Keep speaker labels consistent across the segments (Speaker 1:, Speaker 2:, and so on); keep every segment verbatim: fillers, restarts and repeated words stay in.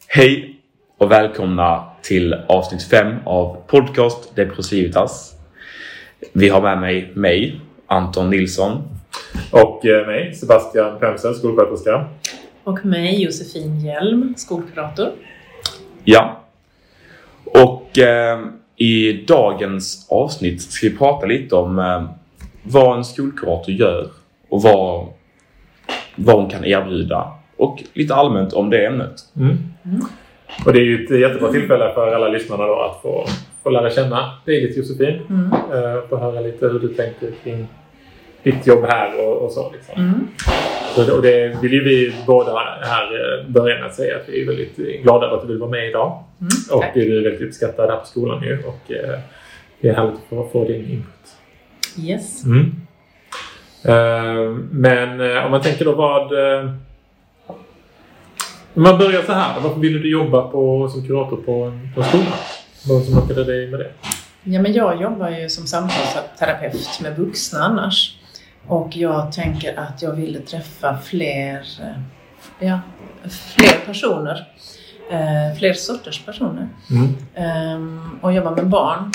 Speaker 1: Hej och välkomna till avsnitt fem av podcast Depressivitas. Vi har med mig mig, Anton Nilsson.
Speaker 2: Och mig, Sebastian Pemsen, skolsköterska.
Speaker 3: Och mig, Josefin Hjelm, skolkurator.
Speaker 1: Ja. Och eh, i dagens avsnitt ska vi prata lite om eh, vad en skolkurator gör och vad, vad hon kan erbjuda. Och lite allmänt om det ämnet.
Speaker 2: Mm. Mm. Och det är ju ett jättebra tillfälle för alla lyssnarna då att få, få lära känna dig lite, Josefin. Mm. Uh, få höra lite hur du tänker kring ditt jobb här och, och så. Liksom. Mm. så. Och det vill ju vi båda här börja med att säga att vi är väldigt glada över att du vill vara med idag. Mm. Och Tack. Du är väldigt uppskattad här på skolan nu. Och uh, det är härligt att få, få din input.
Speaker 3: Yes.
Speaker 2: Mm. Uh, men uh, om man tänker då vad... Uh, Om man börjar så här, varför ville du jobba på, som kurator på en, på en skola? Vad som lockade dig med det?
Speaker 3: Ja, men jag jobbar ju som samtalsterapeut med vuxna annars. Och jag tänker att jag ville träffa fler, ja, fler personer. Eh, fler sorters personer. Mm. Eh, och jobba med barn.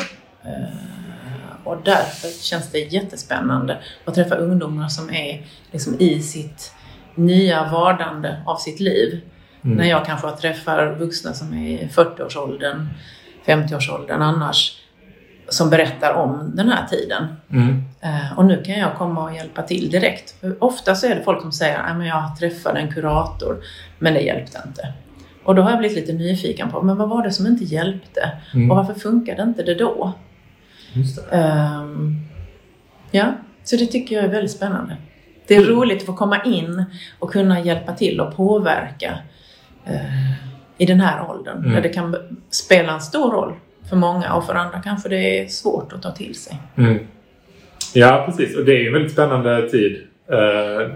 Speaker 3: Eh, och därför känns det jättespännande att träffa ungdomar som är liksom i sitt nya vardande av sitt liv. Mm. När jag kanske träffar vuxna som är i fyrtioårsåldern, femtioårsåldern annars, som berättar om den här tiden. Mm. Uh, och nu kan jag komma och hjälpa till direkt. För ofta så är det folk som säger att jag träffade en kurator, men det hjälpte inte. Och då har jag blivit lite nyfiken på, men vad var det som inte hjälpte? Mm. Och varför funkade inte det då? Just det. Um, ja, så det tycker jag är väldigt spännande. Det är mm. roligt att få komma in och kunna hjälpa till och påverka eh, i den här åldern. Mm. Där det kan spela en stor roll för många och för andra kanske det är svårt att ta till sig. Mm.
Speaker 2: Ja, precis. Och det är ju en väldigt spännande tid. Eh,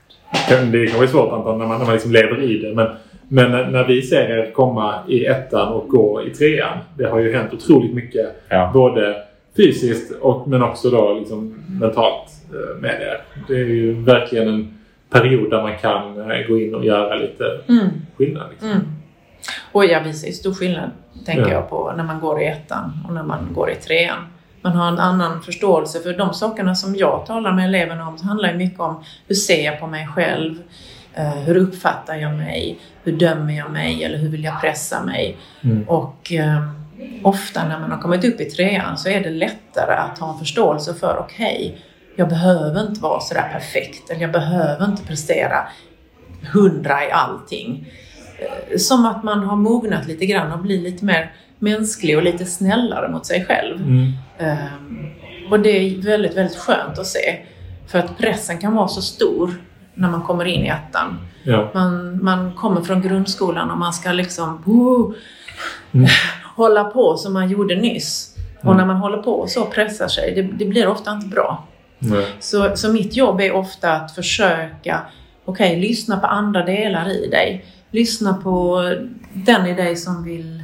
Speaker 2: det kan vara svårt Anton, när man, när man liksom lever i det. Men, men när vi ser er komma i ettan och gå i trean, det har ju hänt otroligt mycket. Ja. Både fysiskt och, men också då liksom mentalt med det. Det är ju verkligen en period där man kan gå in och göra lite mm. skillnad. Liksom. Mm.
Speaker 3: Och jag visar ju stor skillnad, tänker ja. jag på, när man går i ettan och när man går i trean. Man har en annan förståelse för de sakerna som jag talar med eleverna om. Det handlar ju mycket om hur ser jag på mig själv, hur uppfattar jag mig, hur dömer jag mig eller hur vill jag pressa mig. Mm. Och ofta när man har kommit upp i trean så är det lättare att ha en förståelse för okej, okay, jag behöver inte vara så där perfekt. Eller jag behöver inte prestera hundra i allting. Som att man har mognat lite grann och blir lite mer mänsklig och lite snällare mot sig själv. Mm. Um, och det är väldigt, väldigt skönt att se. För att pressen kan vara så stor när man kommer in i ettan. Ja. Man, man kommer från grundskolan och man ska liksom uh, mm. hålla på som man gjorde nyss. Mm. Och när man håller på så pressar sig, det, det blir ofta inte bra. Så, så mitt jobb är ofta att försöka okej, okay, lyssna på andra delar i dig. Lyssna på den i dig som vill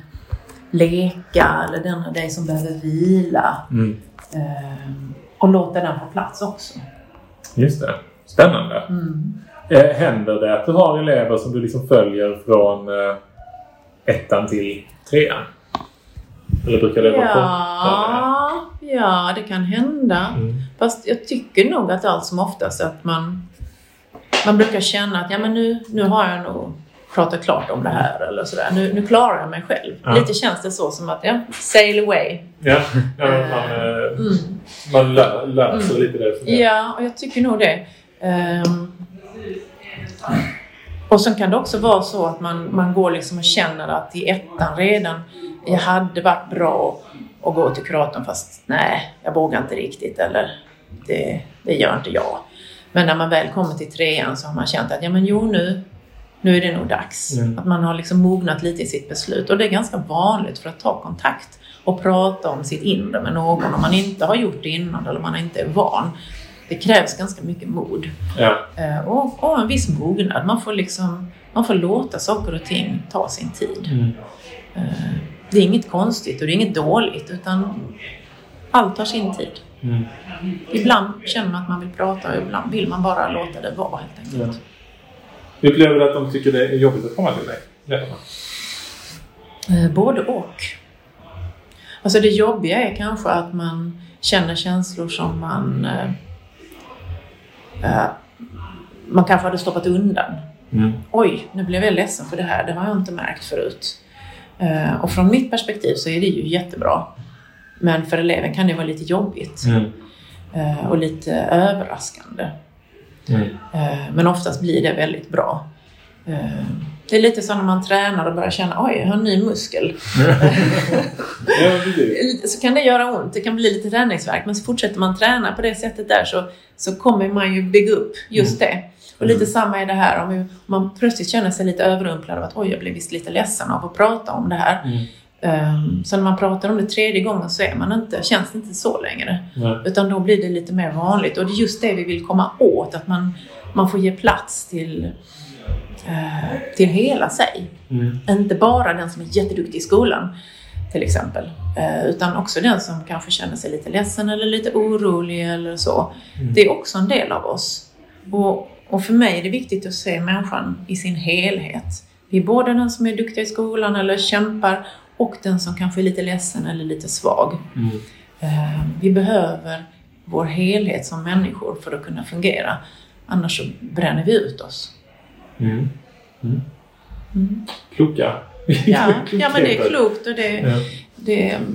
Speaker 3: leka eller den i dig som behöver vila. Mm. Eh, och låta den få plats också.
Speaker 2: Just det. Spännande. Mm. Eh, händer det att du har elever som du liksom följer från eh, ettan till trean? Eller brukar det vara
Speaker 3: ja, kortare? Ja, det kan hända. Mm. Fast jag tycker nog att allt som oftast att man, man brukar känna att ja, men nu, nu har jag nog pratat klart om det här. Eller sådär. Nu, nu klarar jag mig själv. Ja. Lite känns det så som att ja, sail away.
Speaker 2: Ja, ja man, uh, mm. man lär, lär sig mm. lite det.
Speaker 3: Ja, och jag tycker nog det. Um, och sen kan det också vara så att man, man går liksom och känner att i ettan redan jag hade varit bra att gå till kuratorn fast nej, jag vågar inte riktigt eller det, det gör inte jag. Men när man väl kommer till trean så har man känt att ja men jo nu, nu är det nog dags. Mm. Att man har liksom mognat lite i sitt beslut och det är ganska vanligt för att ta kontakt och prata om sitt inre med någon om man inte har gjort det innan eller man inte är van. Det krävs ganska mycket mod. Ja. Och, och en viss mognad. Man får liksom man får låta saker och ting ta sin tid. Mm. Det är inget konstigt och det är inget dåligt utan allt tar sin tid. Mm. Ibland känner man att man vill prata och ibland vill man bara låta det vara helt enkelt.
Speaker 2: Ja. Upplever du att de tycker det är jobbigt att komma till dig?
Speaker 3: Eh, både och. Alltså det jobbiga är kanske att man känner känslor som man eh, eh, man kanske hade stoppat undan. Mm. Oj, nu blev jag ledsen för det här. Det har jag inte märkt förut. Eh, och från mitt perspektiv så är det ju jättebra. Men för eleven kan det vara lite jobbigt. Mm. Eh, och lite överraskande. Mm. Eh, men oftast blir det väldigt bra. Eh, det är lite så när man tränar och börjar känna, oj, jag har en ny muskel.
Speaker 2: Ja,
Speaker 3: så kan det göra ont. Det kan bli lite träningsvärk. Men så fortsätter man träna på det sättet där så, så kommer man ju bygga upp just mm. det. Och lite samma är det här. Om man plötsligt känner sig lite överrumplad av att oj, jag blev visst lite ledsen av att prata om det här. Mm. Um, så när man pratar om det tredje gången så är man inte, känns det inte så längre. Mm. Utan då blir det lite mer vanligt. Och det är just det vi vill komma åt. Att man, man får ge plats till, uh, till hela sig. Mm. Inte bara den som är jätteduktig i skolan till exempel. Uh, utan också den som kanske känner sig lite ledsen eller lite orolig eller så. Mm. Det är också en del av oss. Och Och för mig är det viktigt att se människan i sin helhet. Vi är både den som är duktig i skolan eller kämpar och den som kanske är lite ledsen eller lite svag. Mm. Vi behöver vår helhet som människor för att kunna fungera. Annars så bränner vi ut oss.
Speaker 2: Mm. Mm. Mm. Kloka.
Speaker 3: Ja, ja, men det är klokt och det, ja. det är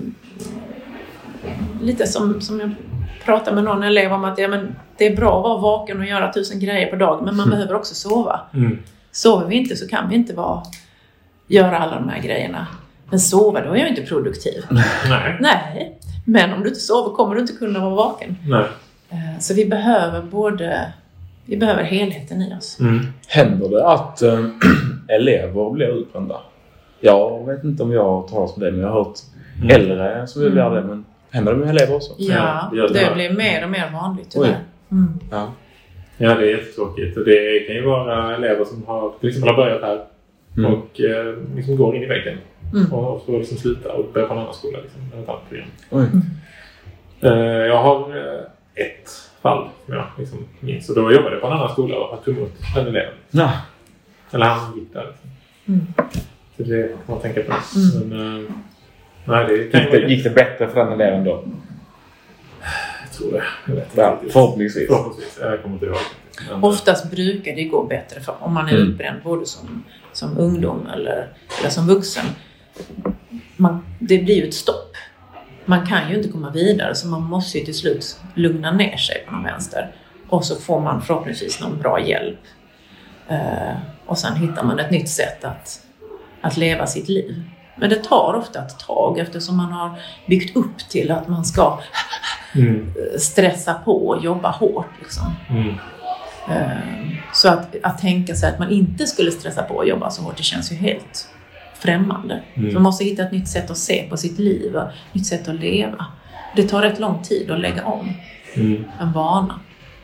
Speaker 3: lite som, som jag pratar med någon elev om att ja, men det är bra att vara vaken och göra tusen grejer på dag, men man mm. behöver också sova. Mm. Sover vi inte så kan vi inte vara, göra alla de här grejerna. Men sova, då är jag inte produktiv.
Speaker 2: Nej.
Speaker 3: Nej. Men om du inte sover kommer du inte kunna vara vaken.
Speaker 2: Nej.
Speaker 3: Så vi behöver både, vi behöver helheten i oss.
Speaker 1: Mm. Händer det att äh, elever blir utbrända? Jag vet inte om jag har talat om det, men jag har hört mm. äldre som vill mm. göra det, men händer det med elever också?
Speaker 3: Ja, ja det, det blir mer och mer vanligt tyvärr. Mm.
Speaker 2: Ja. Ja, det är jättetråkigt. Och det kan ju vara elever som har, till exempel har börjat här mm. och eh, liksom går in i väggen mm. och så liksom slutar och börjar på en annan skola. Liksom, ett annat program. Mm. Uh, jag har uh, ett fall som jag liksom minns. Och då jobbade jag på en annan skola och har tog emot den eleven.
Speaker 1: Ja.
Speaker 2: Eller han gick där. Liksom. Mm. Så det kan man tänka på. Mm. Men, uh, nej, det kan
Speaker 1: gick, det, gick det bättre för den eleven då?
Speaker 2: Jag tror det. Jag vet
Speaker 1: ja, förhoppningsvis.
Speaker 2: Förhoppningsvis. Jag kommer inte ihåg.
Speaker 3: Men oftast brukar det gå bättre för om man är mm. utbränd både som, som ungdom eller, eller som vuxen. Man, det blir ju ett stopp. Man kan ju inte komma vidare så man måste ju till slut lugna ner sig på någon vänster. Och så får man förhoppningsvis någon bra hjälp. Uh, och sen hittar man ett nytt sätt att, att leva sitt liv. Men det tar ofta ett tag eftersom man har byggt upp till att man ska mm. stressa på och jobba hårt. Liksom. Mm. Så att, att tänka sig att man inte skulle stressa på och jobba så hårt, det känns ju helt främmande. Mm. Så man måste hitta ett nytt sätt att se på sitt liv och ett nytt sätt att leva. Det tar rätt lång tid att lägga om mm. en vana.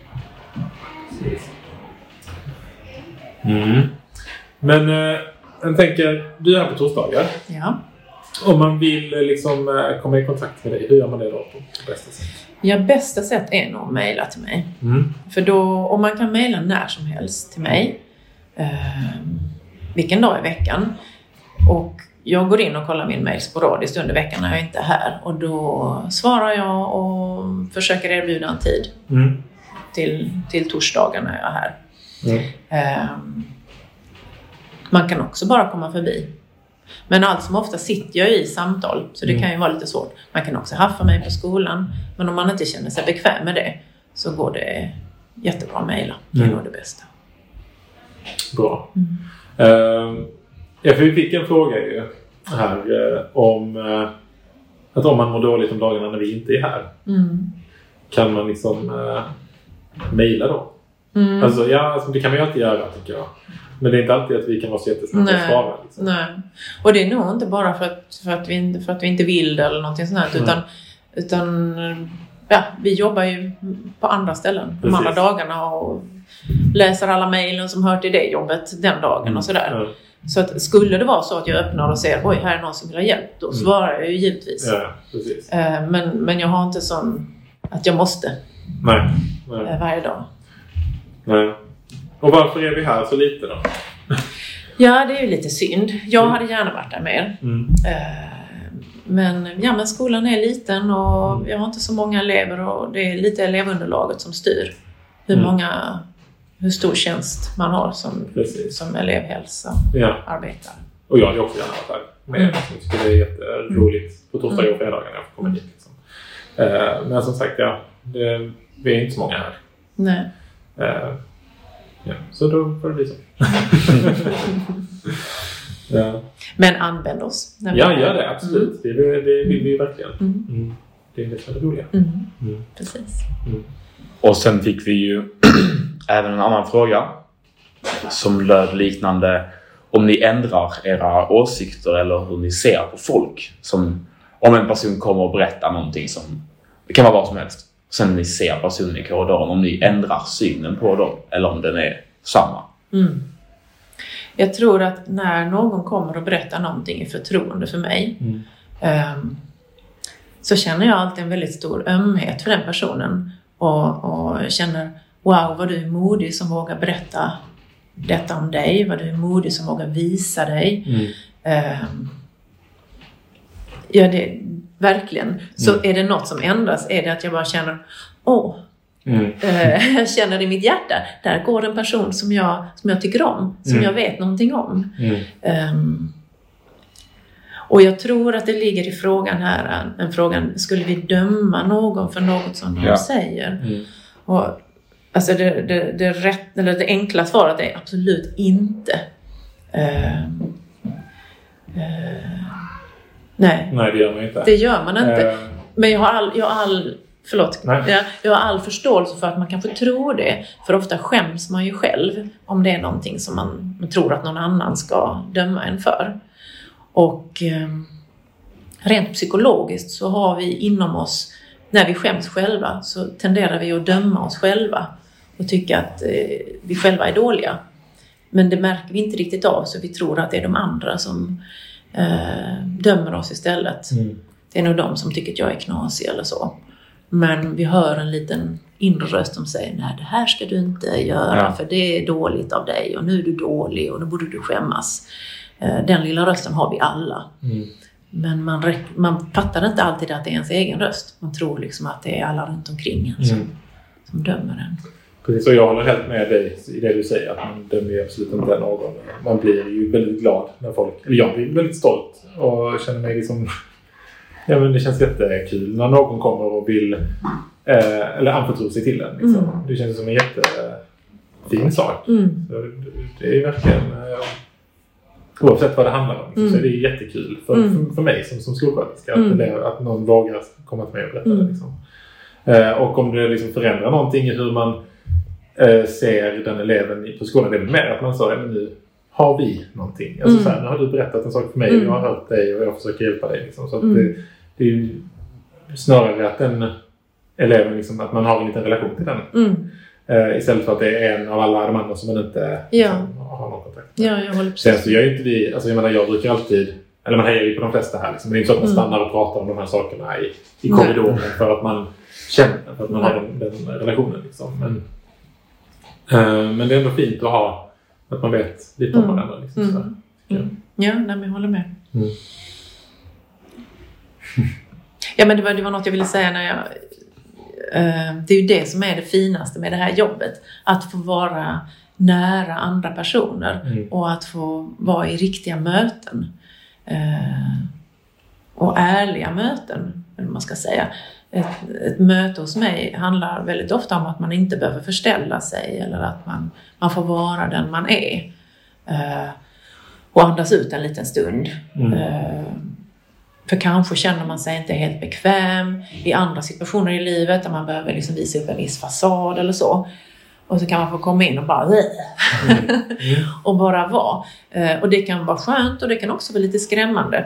Speaker 2: Mm. Men eh, jag tänker, du är här på torsdagar.
Speaker 3: Ja.
Speaker 2: Om man vill liksom komma i kontakt med dig, hur gör man det då på bästa sätt?
Speaker 3: Ja, bästa sätt är nog att mejla till mig. Mm. För då, om man kan mejla när som helst till mig. Eh, vilken dag i veckan. Och jag går in och kollar min mejl sporadiskt under veckan när jag inte är här. Och då svarar jag och försöker erbjuda en tid. Mm. Till, till torsdagar när jag är här. Mm. Eh, man kan också bara komma förbi. Men allt som ofta sitter jag i samtal. Så det mm. kan ju vara lite svårt. Man kan också haffa mig på skolan. Men om man inte känner sig bekväm med det. Så går det jättebra att mejla. Det är mm. nog det bästa.
Speaker 2: Bra. Mm. Uh, ja, för vi fick en fråga ju här. Uh, om uh, att om man mår dåligt om dagarna när vi inte är här. Mm. Kan man liksom uh, mejla då? Mm. Alltså, ja, alltså, det kan man ju alltid göra tycker jag. Men det är inte alltid att vi kan vara så jättesnabba att svara. Liksom.
Speaker 3: Nej. Och det är nog inte bara för att, för att, vi, för att vi inte vill det eller någonting sånt här. Mm. Utan, utan ja, vi jobbar ju på andra ställen. De andra dagarna och läser alla mejlen som hör till det jobbet den dagen mm. och sådär. Mm. Så att, skulle det vara så att jag öppnar och ser oj, här är någon som vill ha hjälp. Då svarar jag ju givetvis.
Speaker 2: Ja, precis.
Speaker 3: Men, men jag har inte sån att jag måste.
Speaker 2: Nej. Nej.
Speaker 3: Varje dag.
Speaker 2: Nej. Och varför är vi här så lite då?
Speaker 3: Ja, det är ju lite synd. Jag hade gärna varit där mer.
Speaker 2: Mm.
Speaker 3: Men, ja, men skolan är liten och vi har inte så många elever och det är lite elevunderlaget som styr hur
Speaker 2: Mm.
Speaker 3: många, hur stor tjänst man har som, som elevhälsa
Speaker 2: ja.
Speaker 3: arbetar.
Speaker 2: Och jag hade också gärna varit där. Men
Speaker 3: Mm.
Speaker 2: jag tycker det är jätteroligt på torsdagar och fredagar när jag får komma dit. Liksom. Uh, men som sagt, ja, det, vi är inte så många här.
Speaker 3: Nej.
Speaker 2: Uh, ja, så då får det bli så. ja.
Speaker 3: Men använd oss. När vi
Speaker 2: Ja,
Speaker 3: är.
Speaker 2: gör det. Absolut. Mm. Det, det, det vill vi verkligen.
Speaker 3: Mm.
Speaker 2: Mm. Det är det som är det roliga.
Speaker 3: Mm.
Speaker 2: Mm.
Speaker 3: Precis.
Speaker 2: Mm.
Speaker 1: Och sen fick vi ju även en annan fråga som löd liknande: om ni ändrar era åsikter eller hur ni ser på folk. Som om en person kommer och berättar någonting som, det kan vara vad som helst. Sen ni ser personen i korridoren, om ni ändrar synen på dem eller om den är samma.
Speaker 3: Mm. Jag tror att när någon kommer och berättar någonting i förtroende för mig
Speaker 2: Mm.
Speaker 3: um, så känner jag alltid en väldigt stor ömhet för den personen och, och känner, wow, vad du är modig som vågar berätta detta om dig, vad du är modig som vågar visa dig.
Speaker 2: Mm.
Speaker 3: Um, ja, det verkligen. Så
Speaker 2: Mm.
Speaker 3: är det något som ändras, är det att jag bara känner, åh,
Speaker 2: Mm.
Speaker 3: uh, jag känner i mitt hjärta, där går en person som jag, som jag tycker om, som
Speaker 2: Mm.
Speaker 3: jag vet någonting om.
Speaker 2: Mm.
Speaker 3: Um, och jag tror att det ligger i frågan här, en, en frågan, skulle vi döma någon för något som de
Speaker 1: Ja.
Speaker 3: säger?
Speaker 2: Mm.
Speaker 3: Och alltså det, det, det, rätt, eller det enkla svaret är absolut inte. Um, uh, nej,
Speaker 2: Nej, det gör man inte.
Speaker 3: det gör man inte.
Speaker 2: Uh,
Speaker 3: Men jag har all, jag har all förlåt,
Speaker 2: Nej.
Speaker 3: jag, jag har all förståelse för att man kanske tror det. För ofta skäms man ju själv om det är någonting som man, man tror att någon annan ska döma en för. Och eh, rent psykologiskt så har vi inom oss, när vi skäms själva så tenderar vi att döma oss själva och tycka att eh, vi själva är dåliga. Men det märker vi inte riktigt av, så vi tror att det är de andra som eh, dömer oss istället.
Speaker 2: Mm.
Speaker 3: Det är nog de som tycker att jag är knasig eller så. Men vi hör en liten inre röst som säger, nej, det här ska du inte göra,
Speaker 1: Ja.
Speaker 3: för det är dåligt av dig och nu är du dålig och nu borde du skämmas. Den lilla rösten har vi alla.
Speaker 2: Mm.
Speaker 3: Men man, räck, man fattar inte alltid att det är ens egen röst. Man tror liksom att det är alla runt omkring en som,
Speaker 2: Mm.
Speaker 3: som dömer en.
Speaker 2: Precis, och jag håller helt med dig i det du säger, att man dömer ju absolut inte någon. Man blir ju väldigt glad när folk, eller jag blir väldigt stolt och känner mig liksom, ja, men det känns jättekul när någon kommer och vill eh, eller anförtro sig till en liksom.
Speaker 3: Mm.
Speaker 2: Det känns som en jättefin sak.
Speaker 3: Mm.
Speaker 2: Så det är verkligen eh, oavsett vad det handlar om liksom,
Speaker 3: Mm.
Speaker 2: så är det jättekul för,
Speaker 3: Mm.
Speaker 2: för, för mig som, som skolsköterska
Speaker 3: Mm.
Speaker 2: att, det, att någon vågar komma till mig och berätta
Speaker 3: Mm.
Speaker 2: det liksom. eh, och om det liksom förändrar någonting i hur man eh, ser den eleven på skolan, det är mer att man sa, men nu har vi någonting. Alltså,
Speaker 3: Mm.
Speaker 2: så här, nu har du berättat en sak för mig
Speaker 3: Mm.
Speaker 2: och jag har hört dig och jag försöker hjälpa dig. Liksom. Så att
Speaker 3: Mm.
Speaker 2: det, det är ju snarare att den eleven, liksom, att man har en liten relation till den.
Speaker 3: Mm.
Speaker 2: Eh, istället för att det är en av alla de andra som man inte
Speaker 3: Ja.
Speaker 2: liksom, har någon kontakt med.
Speaker 3: Ja, jag håller
Speaker 2: Sen
Speaker 3: precis.
Speaker 2: så gör ju inte vi, alltså jag menar jag brukar alltid, eller man hejar ju på de flesta här liksom, men det är inte så att man
Speaker 3: Mm.
Speaker 2: stannar och pratar om de här sakerna i, i
Speaker 3: Nej.
Speaker 2: korridoren för att man känner, för att man har
Speaker 3: Nej.
Speaker 2: den, den relationen liksom. Men, eh, men det är ändå fint att ha, att man vet lite om
Speaker 3: Mm.
Speaker 2: varandra liksom,
Speaker 3: Mm.
Speaker 2: så. Ja.
Speaker 3: Mm. Ja, nej, men jag håller med.
Speaker 2: Mm.
Speaker 3: Ja, men det var, det var något jag ville säga när jag... Eh, det är ju det som är det finaste med det här jobbet. Att få vara nära andra personer.
Speaker 2: Mm.
Speaker 3: Och att få vara i riktiga möten. Eh, och ärliga möten, eller man ska säga. Ett, ett möte hos mig handlar väldigt ofta om att man inte behöver förställa sig. Eller att man, man får vara den man är. Eh, och andas ut en liten stund.
Speaker 2: Mm.
Speaker 3: Eh, För kanske känner man sig inte helt bekväm i andra situationer i livet där man behöver liksom visa upp en viss fasad eller så. Och så kan man få komma in och bara mm. Mm. och bara vara. Och det kan vara skönt och det kan också vara lite skrämmande.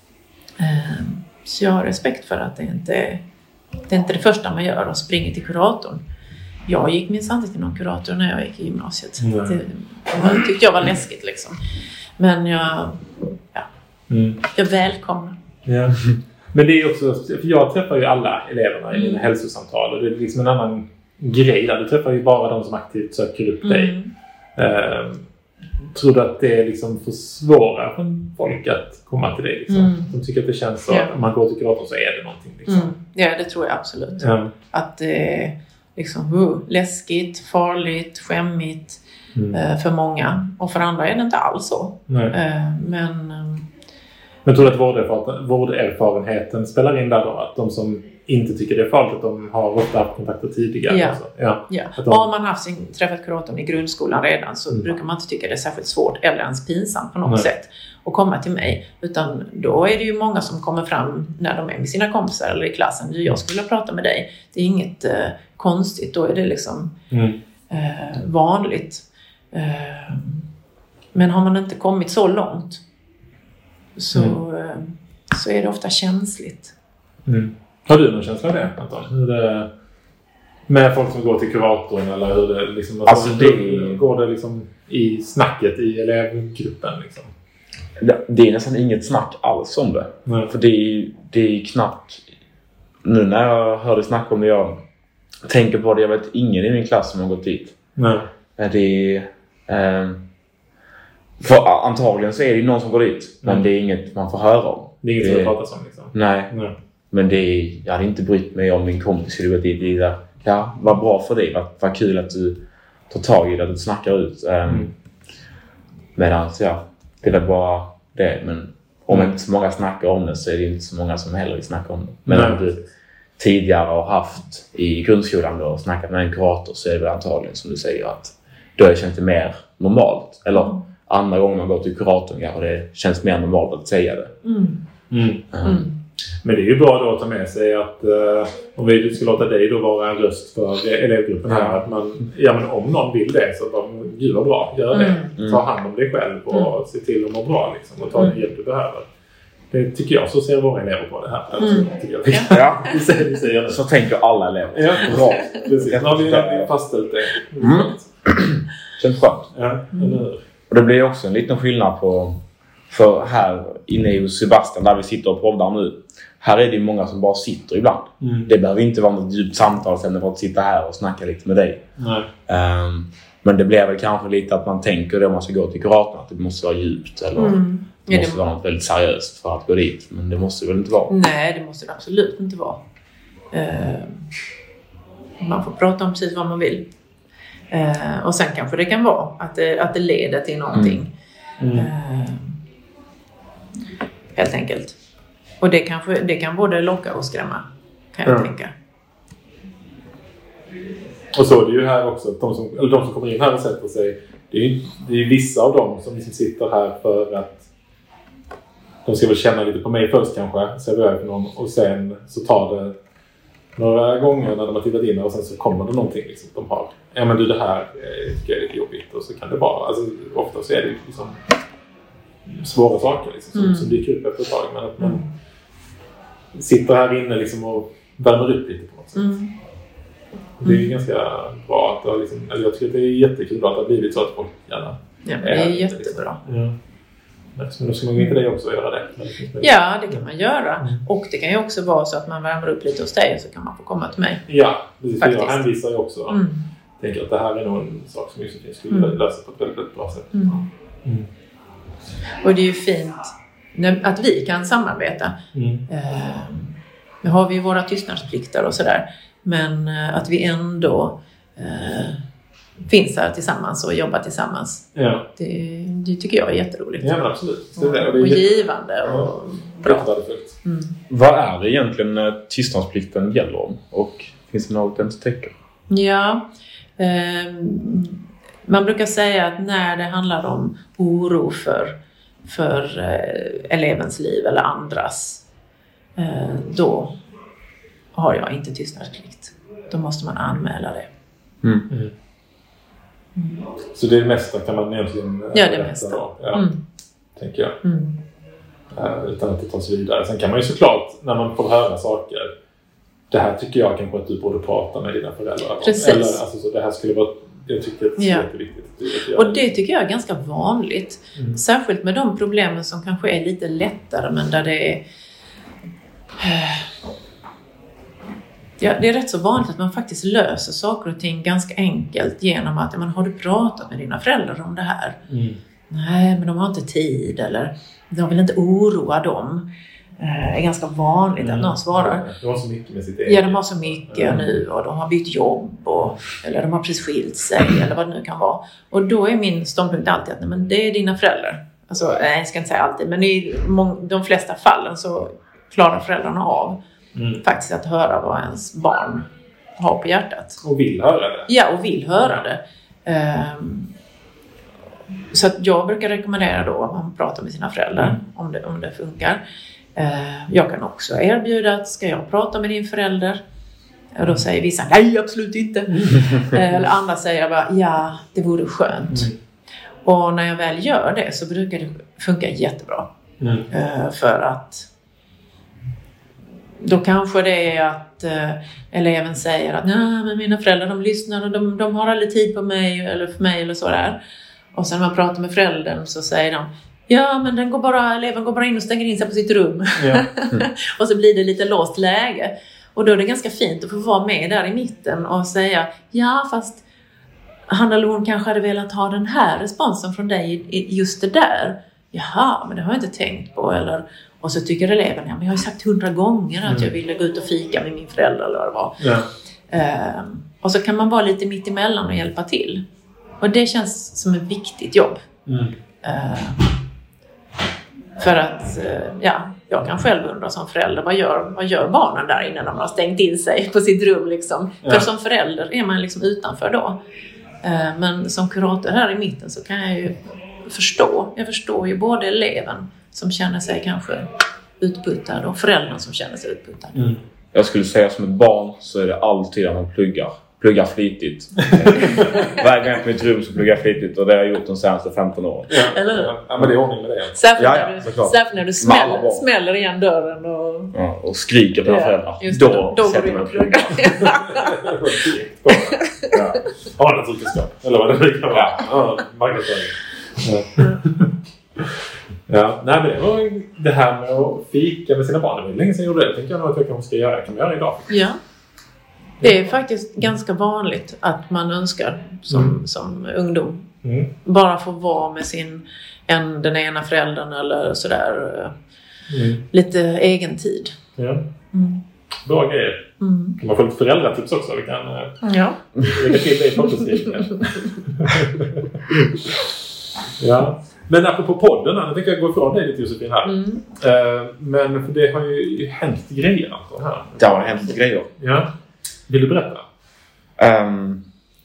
Speaker 3: Så jag har respekt för att det inte det är inte det första man gör och springer till kuratorn. Jag gick minst inte till någon kurator när jag gick i gymnasiet.
Speaker 2: Mm.
Speaker 3: Det, det tyckte jag var läskigt liksom. Men jag, ja,
Speaker 2: Mm.
Speaker 3: jag välkomnar.
Speaker 2: Ja. Men det är också, för jag träffar ju alla eleverna i mina
Speaker 3: Mm.
Speaker 2: hälsosamtal och det är liksom en annan grej där. Du träffar ju bara de som aktivt söker upp dig.
Speaker 3: Mm.
Speaker 2: Eh, tror du att det liksom försvårar för folk att komma till dig? Liksom? Mm. De tycker att det känns så att om man går till kuratorn så är det någonting. Liksom.
Speaker 3: Mm. Ja, det tror jag absolut.
Speaker 2: Ja.
Speaker 3: Att det är liksom, uh, läskigt, farligt, skämmigt mm. uh, för många. Och för andra är det inte alls så.
Speaker 2: Nej.
Speaker 3: Uh, men... Um...
Speaker 2: Men tror du att vårderfarenheten, vårderfarenheten spelar in där då? Att de som inte tycker det är farligt, att de har ofta haft kontakter tidigare?
Speaker 3: Ja.
Speaker 2: Alltså. Ja.
Speaker 3: ja.
Speaker 2: De...
Speaker 3: Har man haft sin, träffat kuratorn i grundskolan redan så mm. brukar man inte tycka det är särskilt svårt eller ens pinsamt på något Nej. sätt att komma till mig. Utan då är det ju många som kommer fram när de är med sina kompisar eller i klassen. Jag skulle prata med dig. Det är inget eh, konstigt. Då är det liksom
Speaker 2: mm.
Speaker 3: eh, vanligt. Eh, men har man inte kommit så långt så, mm. eh, så är det ofta känsligt.
Speaker 2: Mm. Har du någon känsla av det, Anton? Hur det, med folk som går till kuratorn eller hur det liksom...
Speaker 1: Alltså det...
Speaker 2: Går det liksom i snacket i elevgruppen liksom?
Speaker 1: Det är nästan inget snack alls om det.
Speaker 2: Nej.
Speaker 1: För det är, det är knappt... Nu när jag hörde snack om det, jag tänker på det, jag vet ingen i min klass som har gått dit.
Speaker 2: Nej.
Speaker 1: Det är... Eh, för antagligen så är det någon som går dit. Men mm. det är inget man får höra om.
Speaker 2: Det är inget
Speaker 1: det,
Speaker 2: som det pratas om liksom?
Speaker 1: Nej.
Speaker 2: Nej.
Speaker 1: Men det är, jag hade inte brytt mig om min kompis skulle gå dit. Det är, ja, vad bra för dig. Vad, vad kul att du tar tag i det, att du snackar ut. Um, mm. Medan, ja, det är väl bara det. Men om mm. inte så många snackar om det så är det inte så många som heller vill snacka om det. Men Nej. om du tidigare har haft i grundskolan då och snackat med en kurator så är det väl antagligen som du säger att då känns det mer normalt. Eller mm. andra gånger man går till kuratorn och det känns mer normalt att säga det.
Speaker 3: Mm.
Speaker 2: Mm.
Speaker 3: Mm. Mm.
Speaker 2: Men det är ju bra då att ta med sig att uh, om vi ska låta dig då vara en röst för elevgruppen här. Mm. Att man, ja men om någon vill det så bara, gud vad bra, gör det. Mm. Ta hand om dig själv och mm. se till att må bra liksom, och ta den mm. hjälp du behöver. Det tycker jag, så ser våra elever på det här. Alltså,
Speaker 3: mm.
Speaker 2: tycker jag. Ja. vi säger, vi säger det.
Speaker 1: Så tänker alla elever.
Speaker 2: Ja, bra. Precis. Nu har vi fastställt det.
Speaker 1: Mm. Känns skönt.
Speaker 2: Ja,
Speaker 3: mm.
Speaker 1: Och det blir också en liten skillnad på, för här inne hos Sebastian där vi sitter och poddar nu. Här är det många som bara sitter ibland.
Speaker 2: Mm.
Speaker 1: Det behöver inte vara något djupt samtal sen för att sitta här och snacka lite med dig.
Speaker 2: Nej.
Speaker 1: Um, men det blir väl kanske lite att man tänker det om man ska gå till kuratorn att det måste vara djupt eller
Speaker 3: mm.
Speaker 1: det
Speaker 3: ja,
Speaker 1: måste
Speaker 3: det...
Speaker 1: vara något väldigt seriöst för att gå dit. Men det måste det väl inte vara?
Speaker 3: Nej, det måste det absolut inte vara. Uh, man får prata om precis vad man vill. Uh, och sen kanske det kan vara att det, att det leder till någonting.
Speaker 2: Mm. Mm.
Speaker 3: Uh, helt enkelt. Och det, kanske, det kan både locka och skrämma, kan jag
Speaker 2: ja.
Speaker 3: tänka.
Speaker 2: Och så är det ju här också, att de som, eller de som kommer in här och sätter sig, det är ju det är vissa av dem som liksom sitter här för att de ska väl känna lite på mig först kanske, så är det någon, och sen så tar det några gånger när de har tittat in och sen så kommer det någonting liksom, de har, ja men du det här är, är lite jobbigt och så kan det vara, alltså ofta så är det liksom svåra saker liksom, som,
Speaker 3: mm.
Speaker 2: som dyker upp efter ett tag, men att man mm. sitter här inne liksom och värmer upp lite på något sätt.
Speaker 3: Mm.
Speaker 2: Det är ju ganska bra att det har liksom, eller jag tycker att det är jättekul att det har blivit så att folk gärna
Speaker 3: ja, men det är jättebra. Liksom.
Speaker 2: Ja. Men då ska man ju inte dig också göra det.
Speaker 3: Ja, det kan man göra. Mm. Och det kan ju också vara så att man värmer upp lite hos dig så kan man få komma till mig.
Speaker 2: Ja, precis. Faktiskt. Jag hänvisar ju också.
Speaker 3: Mm.
Speaker 2: Tänker att det här är nog en sak som Josefin skulle mm. lösa på ett väldigt, väldigt bra sätt.
Speaker 3: Mm.
Speaker 2: Mm.
Speaker 3: Och det är ju fint att vi kan samarbeta.
Speaker 2: Mm.
Speaker 3: Nu har vi ju våra tystnadsplikter och sådär. Men att vi ändå eh, finns här tillsammans och jobbar tillsammans.
Speaker 2: Ja.
Speaker 3: Det, det tycker jag är jätteroligt.
Speaker 2: Ja, men absolut.
Speaker 3: Och, det är och givande och ja. bra.
Speaker 2: Mm.
Speaker 1: Vad är det egentligen tystnadsplikten gäller om? Och finns det något den täcker?
Speaker 3: Ja, eh, man brukar säga att när det handlar om oro för, för eh, elevens liv eller andras, eh, då har jag inte tystnadsplikt. Då måste man anmäla det.
Speaker 1: Mm.
Speaker 2: Mm. Mm. Så det mesta kan man egentligen
Speaker 3: ja, det mesta.
Speaker 2: Då. Ja,
Speaker 3: mm.
Speaker 2: tänker jag.
Speaker 3: Mm.
Speaker 2: Uh, utan att det tas vidare. Sen kan man ju såklart, när man får höra saker, det här tycker jag kanske att du borde prata med dina föräldrar.
Speaker 3: Precis.
Speaker 2: Eller, alltså, så det här skulle vara, jag tycker att det är
Speaker 3: ja.
Speaker 2: jätteviktigt. Att du
Speaker 3: och det tycker jag är ganska vanligt.
Speaker 2: Mm.
Speaker 3: Särskilt med de problemen som kanske är lite lättare, men där det är... Ja, det är rätt så vanligt att man faktiskt löser saker och ting ganska enkelt genom att, men har du pratat med dina föräldrar om det här?
Speaker 2: Mm.
Speaker 3: Nej, men de har inte tid eller de vill inte oroa dem. Det är ganska vanligt mm. att någon svarar.
Speaker 2: De har så mycket med sitt eget.
Speaker 3: Ja, de har så mycket mm. nu och de har bytt jobb och, eller de har precis skilt sig eller vad det nu kan vara. Och då är min ståndpunkt alltid att nej, men det är dina föräldrar. Alltså, jag ska inte säga alltid, men i de flesta fallen så klarar föräldrarna av mm. faktiskt att höra vad ens barn har på hjärtat.
Speaker 2: Och vill höra det.
Speaker 3: Ja, och vill höra det. Um, så att jag brukar rekommendera då att man pratar med sina föräldrar mm. om, det, om det funkar. Uh, jag kan också erbjuda att ska jag prata med din förälder? Och då säger vissa, nej absolut inte. Mm. uh, eller andra säger bara, ja det vore skönt. Mm. Och när jag väl gör det så brukar det funka jättebra. Mm. Uh, för att då kanske det är att uh, eleven säger att nej men mina föräldrar de lyssnar och de, de har aldrig tid på mig eller för mig eller sådär. Och sen när man pratar med föräldern så säger de, ja men den går bara, eleven går bara in och stänger in sig på sitt rum. Ja. Mm. Och så blir det lite låst läge. Och då är det ganska fint att få vara med där i mitten och säga, ja fast han eller hon kanske hade velat ha den här responsen från dig i just det där. Jaha, men det har jag inte tänkt på. Eller, och så tycker eleven, ja men jag har ju sagt hundra gånger att mm. jag ville gå ut och fika med min förälder eller vad det var. Ja. Um, och så kan man vara lite mitt emellan och hjälpa till. Och det känns som ett viktigt jobb. Mm. Uh, för att, uh, ja, jag kan själv undra som förälder, vad gör, vad gör barnen där innan de har stängt in sig på sitt rum liksom? Ja. För som förälder är man liksom utanför då. Uh, men som kurator här i mitten så kan jag ju förstå. Jag förstår ju både eleven som känner sig kanske utputtad och föräldern som känner sig utputtad. Mm.
Speaker 1: Jag skulle säga som ett barn så är det alltid att man pluggar. Pluggar flitigt. Varje gång på mitt rum så pluggar jag flitigt och det har jag gjort de senaste femton åren.
Speaker 3: Ja. Eller hur?
Speaker 2: Ja, men det är ordning med det.
Speaker 3: Särskilt ja, ja, när du, särskilt när du smäller, smäller igen dörren och,
Speaker 1: ja, och skriker på ja, föräldrar.
Speaker 3: Då, då, då går du in och pluggar.
Speaker 2: Ja. Ja, naturkunskap. Eller vad det kan vara. Ja, marknadsföring. Ja. Ja, nej men det var det här med att fika med sina barn. Det var länge sedan jag gjorde det. Det tänker jag nog att jag kanske ska göra. Kan jag göra idag?
Speaker 3: Ja. Det är faktiskt ganska vanligt att man önskar som, mm. som ungdom. Mm. Bara få vara med sin en, den ena föräldern eller sådär. Mm. Lite egen tid.
Speaker 2: Ja. Mm. Bra grejer. Mm. Kan man få lite föräldratips också? Vi kan
Speaker 3: ja.
Speaker 2: lägga till det i fotostilen. Ja. Men apropå podden, jag tänker jag gå ifrån dig lite Josefin här. Mm. Uh, men för det har ju hänt grejer Anton här.
Speaker 1: Det har hänt grejer.
Speaker 2: Ja. Vill du berätta?
Speaker 1: Um,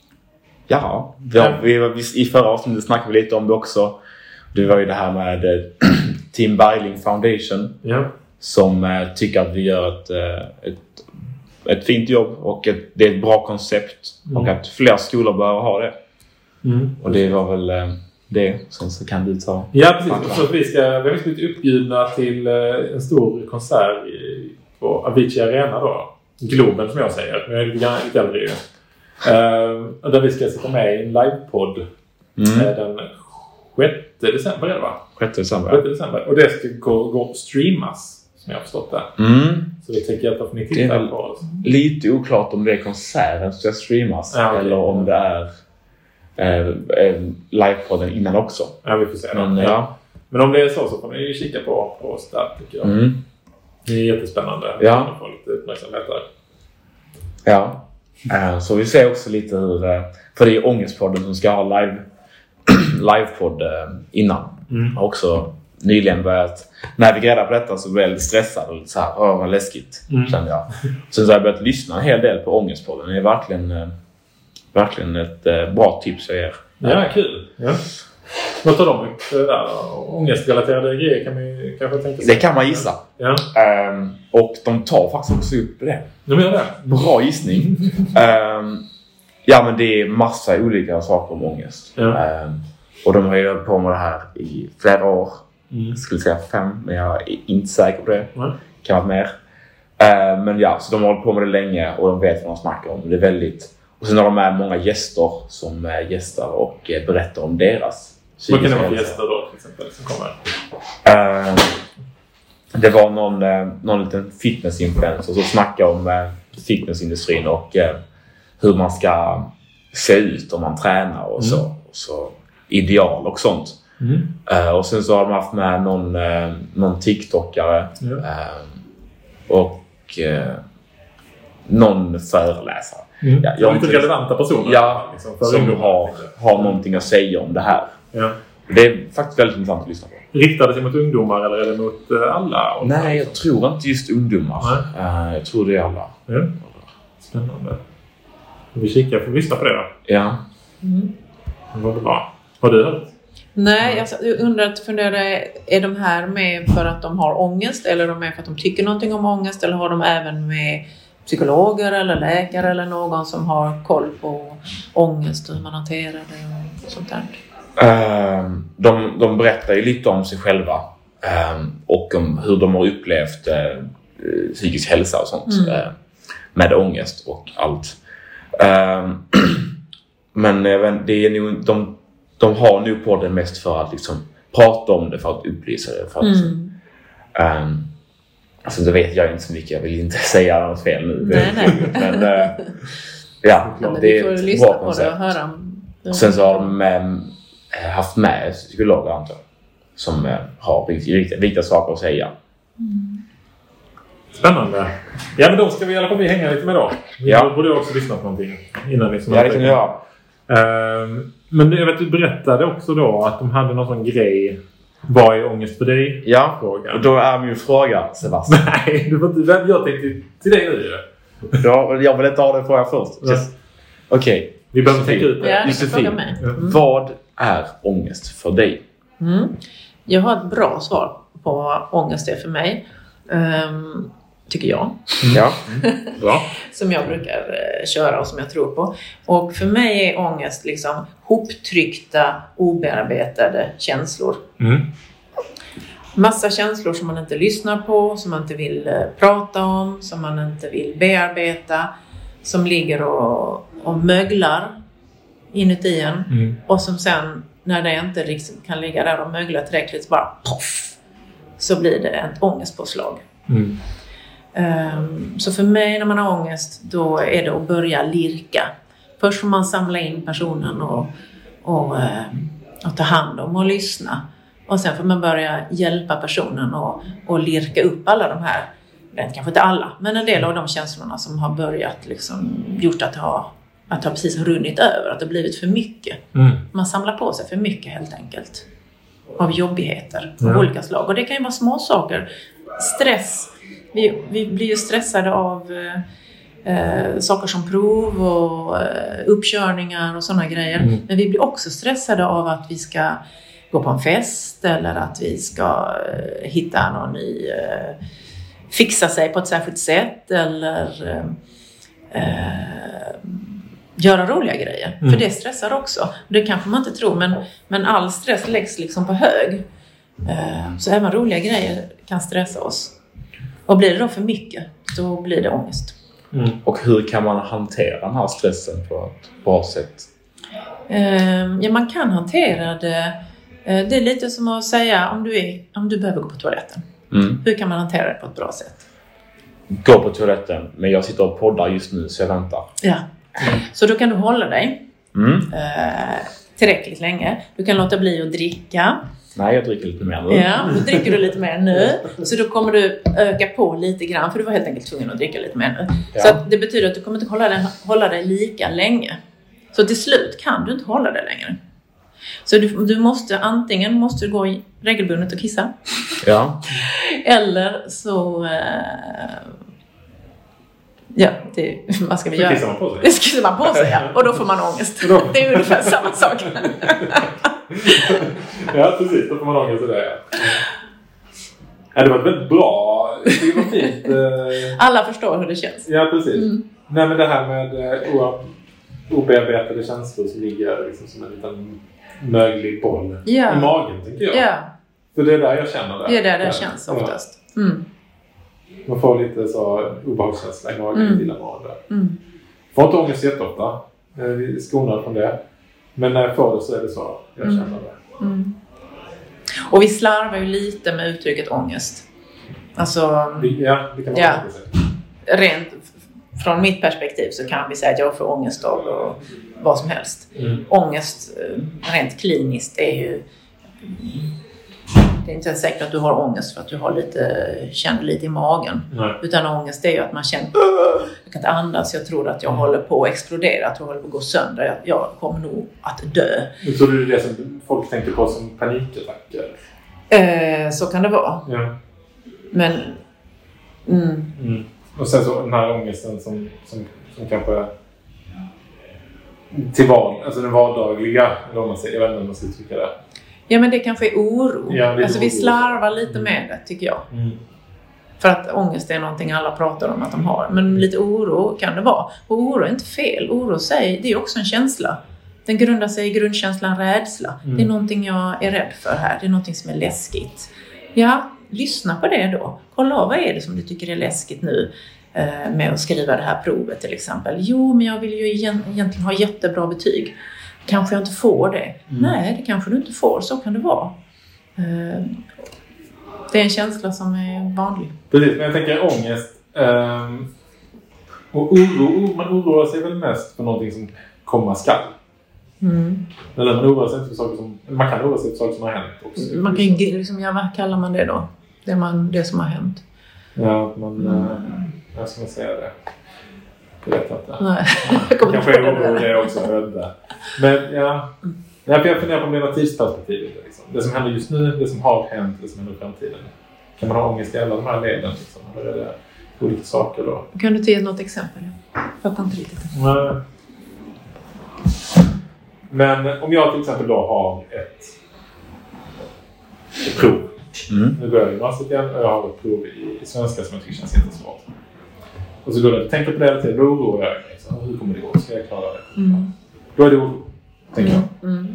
Speaker 1: ja, vi har, vi, i förra avsnittet snackade vi lite om det också. Det var ju det här med Team Beiling Foundation. Ja. Som uh, tycker att vi gör ett, uh, ett, ett fint jobb och ett, det är ett bra koncept. Mm. Och att fler skolor bör ha det. Mm. Och det var väl... Uh, det, sen så kan du ta...
Speaker 2: Ja, precis. Så vi, ska, vi har blivit uppbjudna till uh, en stor konsert i, på Avicii Arena då. Globen som jag säger. Jag är lite äldre ju. Uh, där vi ska sitta med i en livepodd mm. uh, den sjätte december är det va?
Speaker 1: sjätte december.
Speaker 2: sjätte december. Och det ska gå, gå streamas som jag har förstått det. Mm. Så vi tänker att då får ni titta på oss.
Speaker 1: Lite oklart om det är konserten som ska streamas ja, okay. eller om det är uh, livepodden innan också.
Speaker 2: Ja, vi får se.
Speaker 1: Men, uh, ja.
Speaker 2: Men om det är så så får ni ju kika på, på oss där tycker jag. Mm. Det är jättespännande.
Speaker 1: Ja.
Speaker 2: Få lite uppmärksamhet där.
Speaker 1: Ja. Uh, så vi ser också lite hur... Uh, för det är Ångestpodden som ska ha live livepodd uh, innan. Mm. Har också nyligen börjat... När vi gräddade på detta så blev jag lite stressad och lite så här, åh vad läskigt, mm. kände jag. Sen så har jag börjat lyssna en hel del på Ångestpodden. Det är verkligen, uh, verkligen ett uh, bra tips jag ger.
Speaker 2: Ja, kul. Ja. Vad tar de upp där? Ångestrelaterade grejer kan man ju kanske tänka sig.
Speaker 1: Det kan man gissa. Ja. Um, och de tar faktiskt också upp det.
Speaker 2: De gör det?
Speaker 1: Bra gissning. um, ja, men det är massa olika saker om ångest. Ja. Um, och de har ju hållit på med det här i flera år. Mm. Jag skulle säga fem, men jag är inte säker på det. Mm. Kan vara mer. Uh, men ja, så de har hållit på med det länge och de vet vad de snackar om. Det är väldigt... Och sen har de med många gäster som uh, gästar och uh, berättar om deras.
Speaker 2: Vad kan det vara för gäster då till exempel som kommer?
Speaker 1: Uh, det var någon, uh, någon liten fitnessinfluencer som snackade om uh, fitnessindustrin och eh, hur man ska se ut om man tränar och så.
Speaker 2: Mm.
Speaker 1: Och så ideal och sånt.
Speaker 2: Mm.
Speaker 1: Uh, och sen så har de haft med någon, uh, någon TikTokare
Speaker 2: Ja.
Speaker 1: uh, och uh, någon föreläsare.
Speaker 2: Mm.
Speaker 1: Ja,
Speaker 2: jag
Speaker 1: jag
Speaker 2: lite relevanta personer.
Speaker 1: Ja,
Speaker 2: liksom, för
Speaker 1: som
Speaker 2: ungdomar.
Speaker 1: har, har någonting att säga om det här.
Speaker 2: Ja.
Speaker 1: Det är faktiskt väldigt intressant att lyssna på.
Speaker 2: Riktar det sig mot ungdomar eller är det mot uh, alla?
Speaker 1: Nej, jag tror inte just ungdomar. Uh, jag tror det är alla.
Speaker 2: Ja. Spännande. Vi kikar för lyssna på det då.
Speaker 1: Ja.
Speaker 3: Mm.
Speaker 2: Det var bra. Har du hört?
Speaker 3: Nej, jag undrar, funderar, är de här med för att de har ångest eller är de med för att de tycker någonting om ångest eller har de även med psykologer eller läkare eller någon som har koll på ångest och hur man hanterar det och sånt där?
Speaker 1: Uh, de, de berättar ju lite om sig själva uh, och om hur de har upplevt uh, psykisk hälsa och sånt mm. uh, med ångest och allt. Uh, men uh, det är nog, de, de har nu på det mest för att liksom prata om det, för att upplysa det. För att,
Speaker 3: mm.
Speaker 1: um, alltså det vet jag inte så mycket, jag vill inte säga något fel nu.
Speaker 3: Nej, nej.
Speaker 1: men uh, ja,
Speaker 3: ja, men
Speaker 1: det
Speaker 3: vi får
Speaker 1: är
Speaker 3: lyssna
Speaker 1: bra
Speaker 3: på
Speaker 1: koncept.
Speaker 3: det och höra.
Speaker 1: Och sen så har de um, haft med psykologer antar jag, som uh, har riktiga, riktiga saker att säga.
Speaker 2: Mm. Spännande. Ja, men då ska vi i alla fall hänga lite med då. Vi
Speaker 1: ja.
Speaker 2: borde också lyssna på någonting innan ni som
Speaker 1: ja, det kan vi göra.
Speaker 2: Um, men jag vet, du berättade också då att de hade någon sån grej. Vad är ångest för dig?
Speaker 1: Ja,
Speaker 2: frågan.
Speaker 1: Och då är min fråga, Sebastian.
Speaker 2: Nej, du får inte, jag tänkte till dig nu.
Speaker 1: Ja, jag vill inte ha den frågan först. Just. Okej. Okay.
Speaker 2: Vi behöver tänka ut det.
Speaker 3: Ja, Josefin, mm.
Speaker 1: vad är ångest för dig?
Speaker 3: Mm. Jag har ett bra svar på vad ångest är för mig. Um, tycker jag.
Speaker 1: Mm. Ja. Bra.
Speaker 3: Som jag brukar uh, köra och som jag tror på. Och för mig är ångest liksom hoptryckta, obearbetade känslor.
Speaker 2: Mm.
Speaker 3: Massa känslor som man inte lyssnar på, som man inte vill uh, prata om, som man inte vill bearbeta. Som ligger och, och möglar inuti en.
Speaker 2: Mm.
Speaker 3: Och som sen, när det inte riktigt kan ligga där och mögla tillräckligt, så bara poff, så blir det ett ångestpåslag.
Speaker 2: Mm.
Speaker 3: Um, så för mig när man har ångest, då är det att börja lirka. Först får man samla in personen och, och, um, och ta hand om och lyssna. Och sen får man börja hjälpa personen och, och lirka upp alla de här, kanske inte alla, men en del av de känslorna som har börjat liksom, gjort att det har, att det har precis runnit över, att det har blivit för mycket.
Speaker 2: Mm.
Speaker 3: Man samlar på sig för mycket helt enkelt. Av jobbigheter av
Speaker 2: ja.
Speaker 3: olika slag. Och det kan ju vara små saker. Stress. Vi, vi blir ju stressade av eh, saker som prov och eh, uppkörningar och sådana grejer.
Speaker 2: Mm.
Speaker 3: Men vi blir också stressade av att vi ska gå på en fest eller att vi ska eh, hitta någon ny, eh, fixa sig på ett särskilt sätt eller eh, eh, göra roliga grejer.
Speaker 2: Mm.
Speaker 3: För det stressar också. Det kanske man inte tror, men, men all stress läggs liksom på hög. Eh, så även roliga grejer kan stressa oss. Och blir det då för mycket, då blir det ångest.
Speaker 1: Mm. Och hur kan man hantera den här stressen på ett bra sätt?
Speaker 3: Eh, ja, man kan hantera det. Eh, det är lite som att säga om du, är, om du behöver gå på toaletten. Mm. Hur kan man hantera det på ett bra sätt?
Speaker 1: Gå på toaletten, men jag sitter och poddar just nu så jag väntar.
Speaker 3: Ja, så då kan du hålla dig
Speaker 1: mm.
Speaker 3: eh, tillräckligt länge. Du kan låta bli att dricka.
Speaker 1: Nej, jag dricker lite mer nu.
Speaker 3: Ja, då dricker du lite mer nu. Så då kommer du öka på lite grann. För du var helt enkelt tvungen att dricka lite mer nu. Ja. Så att det betyder att du kommer inte hålla dig, hålla dig lika länge. Så till slut kan du inte hålla dig längre. Så du, du måste, antingen måste du gå regelbundet och kissa. Ja. Eller så... Eh, ja, det, vad ska vi
Speaker 2: så
Speaker 3: göra?
Speaker 2: Kissar man på sig.
Speaker 3: Det kissar man på sig, ja. Och då får man ångest. Det är ungefär samma sak.
Speaker 2: Ja, precis. Då får man ångest det. Ja. Ja, det var väldigt bra. Det var fint.
Speaker 3: Alla förstår hur det känns.
Speaker 2: Ja, precis. Mm. Nej, men det här med obearbetade känslor som ligger liksom som en liten möglig boll
Speaker 3: ja.
Speaker 2: i magen, tänker jag.
Speaker 3: Ja.
Speaker 2: För det är där jag känner det.
Speaker 3: Det är där det känns oftast. Ja. Mm.
Speaker 2: Man får lite så obehagskänsla i magen,
Speaker 3: mm.
Speaker 2: lilla magen. Mm. Får inte ångest jätteofta. Vi skonar från det. Men när jag får det så är det så. Jag
Speaker 3: mm.
Speaker 2: känner det.
Speaker 3: Mm. Och vi slarvar ju lite med uttrycket ångest. Alltså...
Speaker 2: Ja, det kan man
Speaker 3: ja,
Speaker 2: tänka sig.
Speaker 3: Rent från mitt perspektiv så kan vi säga att jag får ångest av och vad som helst.
Speaker 2: Mm.
Speaker 3: Ångest rent kliniskt är ju... Det är inte säkert att du har ångest för att du har lite, känner lite i magen.
Speaker 2: Nej.
Speaker 3: Utan ångest är ju att man känner jag kan inte andas, jag tror att jag håller på att explodera, jag tror att jag håller på att gå sönder, jag, jag kommer nog att dö.
Speaker 2: Jag tror du det är det som folk tänker på som panikattacker?
Speaker 3: Eh, så kan det vara.
Speaker 2: Ja.
Speaker 3: Men... Mm.
Speaker 2: Mm. Och sen så den här ångesten som, som, som kanske till vardag, alltså den vardagliga, eller om man säger, jag vet inte om man ska uttrycka det.
Speaker 3: Ja, men det kanske är oro.
Speaker 2: Ja,
Speaker 3: alltså
Speaker 2: oro.
Speaker 3: vi slarvar lite
Speaker 2: Mm.
Speaker 3: med det, tycker jag.
Speaker 2: Mm.
Speaker 3: För att ångest är någonting alla pratar om att de har. Men lite oro kan det vara. Och oro är inte fel. Oro sig, det är också en känsla. Den grundar sig i grundkänslan rädsla.
Speaker 2: Mm.
Speaker 3: Det är någonting jag är rädd för här. Det är någonting som är läskigt. Ja, lyssna på det då. Kolla av, vad är det som du tycker är läskigt nu eh, med att skriva det här provet till exempel. Jo, men jag vill ju egentligen ha jättebra betyg. Kanske jag inte får det. Mm. Nej, det kanske du inte får. Så kan det vara. Eh, det är en känsla som är vanlig.
Speaker 2: Precis, men jag tänker ångest. Um, och oro, man oroar sig väl mest för någonting som komma skall.
Speaker 3: Mm.
Speaker 2: Eller man oroar sig inte för saker som... Man kan oroa sig för saker som har hänt också.
Speaker 3: Man kan ju liksom, ja, vad kallar man det då? Det, man, det som har hänt.
Speaker 2: Ja, man...
Speaker 3: Mm.
Speaker 2: Uh, jag ska säga det. Jag vet inte.
Speaker 3: Nej, jag kommer
Speaker 2: kanske
Speaker 3: inte
Speaker 2: är
Speaker 3: på det.
Speaker 2: oro det också, jag vet inte. Men ja... Jag funderar på mina tidsperspektiv. Liksom. Det som händer just nu, det som har hänt, det som händer i framtiden. Kan man ha ångest i alla de här leden? Liksom? Eller är det olika saker då?
Speaker 3: Kan du ge något exempel? Jag fattar inte riktigt.
Speaker 2: Nej. Men om jag till exempel då har ett, ett prov.
Speaker 1: Mm.
Speaker 2: Nu går jag i gymnasiet igen och jag har ett prov i svenska som jag tycker känns jättesvårt. Och så går jag och tänker på det hela tiden. Då oroar jag mig. Så, hur kommer det gå? Ska jag klara det?
Speaker 3: Mm.
Speaker 2: Då är det oro, tänker jag.
Speaker 3: Mm.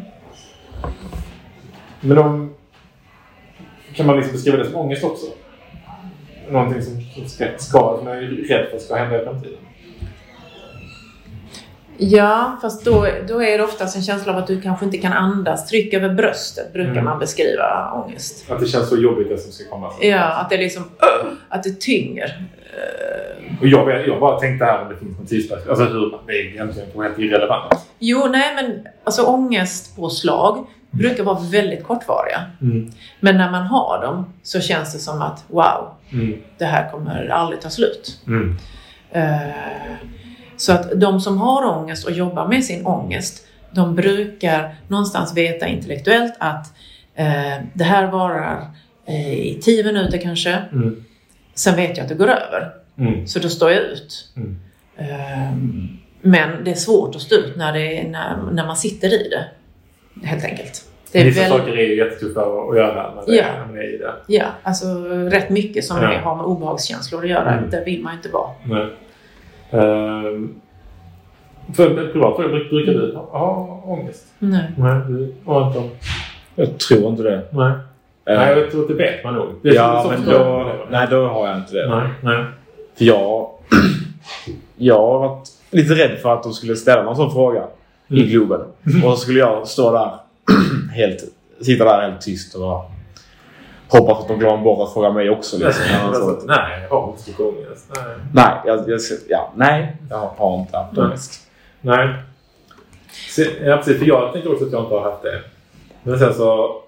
Speaker 2: Men om... Kan man liksom beskriva det som ångest också? Någonting som, som, ska, ska, som jag är rädd för ska hända i framtiden.
Speaker 3: Ja, fast då, då är det oftast en känsla av att du kanske inte kan andas. Tryck över bröstet brukar
Speaker 2: Mm.
Speaker 3: man beskriva ångest.
Speaker 2: Att det känns så jobbigt det som ska komma.
Speaker 3: Ja, att det är liksom... Uh, att det tynger. Uh.
Speaker 2: Och jag, jag bara tänkte här om det finns någon tidsperspektiv. Alltså hur man, det är egentligen helt irrelevant.
Speaker 3: Jo, nej men alltså ångestpåslag brukar vara väldigt kortvariga.
Speaker 2: Mm.
Speaker 3: Men när man har dem så känns det som att wow,
Speaker 2: Mm.
Speaker 3: det här kommer aldrig ta slut.
Speaker 2: Mm.
Speaker 3: Uh, så att de som har ångest och jobbar med sin ångest, de brukar någonstans veta intellektuellt att uh, det här varar uh, i tio minuter kanske.
Speaker 2: Mm.
Speaker 3: Sen vet jag att det går över.
Speaker 2: Mm.
Speaker 3: Så då står jag ut.
Speaker 2: Mm.
Speaker 3: Uh, men det är svårt att stå ut när, det är, när, när man sitter i det. Helt enkelt. Det är
Speaker 2: Vissa
Speaker 3: väl...
Speaker 2: saker är ju jättetuffa att göra när, det,
Speaker 3: Ja.
Speaker 2: när man är i det.
Speaker 3: Ja, alltså rätt mycket som
Speaker 2: Ja.
Speaker 3: är, har med obehagskänslor att göra.
Speaker 2: Mm.
Speaker 3: Där vill man inte vara.
Speaker 2: Nej. Um, för privat brukar, brukar du ha, ha ångest?
Speaker 3: Nej.
Speaker 2: Nej, du har inte.
Speaker 1: Jag tror inte det.
Speaker 2: Nej.
Speaker 1: Uh,
Speaker 2: Nej, jag tror att det vet man nog. Det är
Speaker 1: ja,
Speaker 2: så,
Speaker 1: men
Speaker 2: så
Speaker 1: då, nej, då har jag inte det.
Speaker 2: Nej, nej.
Speaker 1: För jag, jag har varit lite rädd för att de skulle ställa någon sån fråga
Speaker 2: Mm.
Speaker 1: i Globen. Och så skulle jag stå där helt, sitta där helt tyst och bara hoppas att de glömmer bort att fråga mig också. Liksom.
Speaker 2: Alltså, nej, jag har inte så mycket ångest. Nej,
Speaker 1: Nej, jag, jag, ja, nej, jag har inte haft ångest.
Speaker 2: nej. Så, ja, precis. För jag tänker också att jag inte har haft det. Men sen så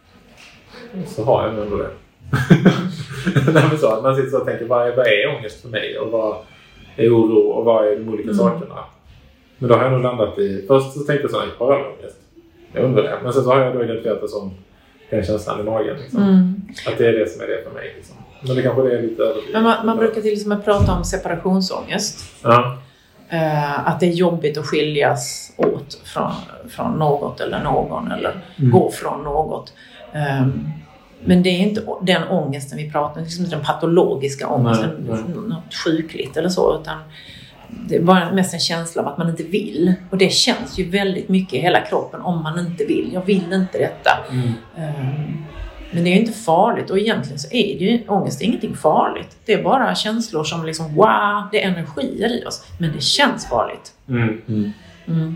Speaker 2: så har jag ändå det. Nej, men så, man sitter så och tänker, vad är, vad är ångest för mig? Och vad är oro? Och vad är de olika
Speaker 3: Mm.
Speaker 2: sakerna? Men då har jag nog landat i... Först så tänkte jag så här, jag har ångest. Jag undrar det. Men sen så har jag då identifierat det som den känslan i magen. Liksom.
Speaker 3: Mm.
Speaker 2: Att det är det som är det för mig. Liksom. Men det kanske det är lite överdrivet.
Speaker 3: Men man, man brukar till exempel prata om separationsångest.
Speaker 2: Ja.
Speaker 3: Uh, att det är jobbigt att skiljas åt från, från något eller någon. Eller
Speaker 2: Mm.
Speaker 3: gå från något. Um, men det är inte den ångesten vi pratar om. Liksom inte den patologiska ångesten.
Speaker 2: Nej, nej.
Speaker 3: Något sjukligt eller så. Utan det är bara mest en känsla av att man inte vill. Och det känns ju väldigt mycket i hela kroppen om man inte vill. Jag vill inte detta.
Speaker 2: Mm.
Speaker 3: Um, men det är ju inte farligt. Och egentligen så är det ju, ångest är ingenting farligt. Det är bara känslor som liksom, wow, det är energier i oss. Men det känns farligt.
Speaker 2: Mm.
Speaker 1: Mm.
Speaker 3: Mm.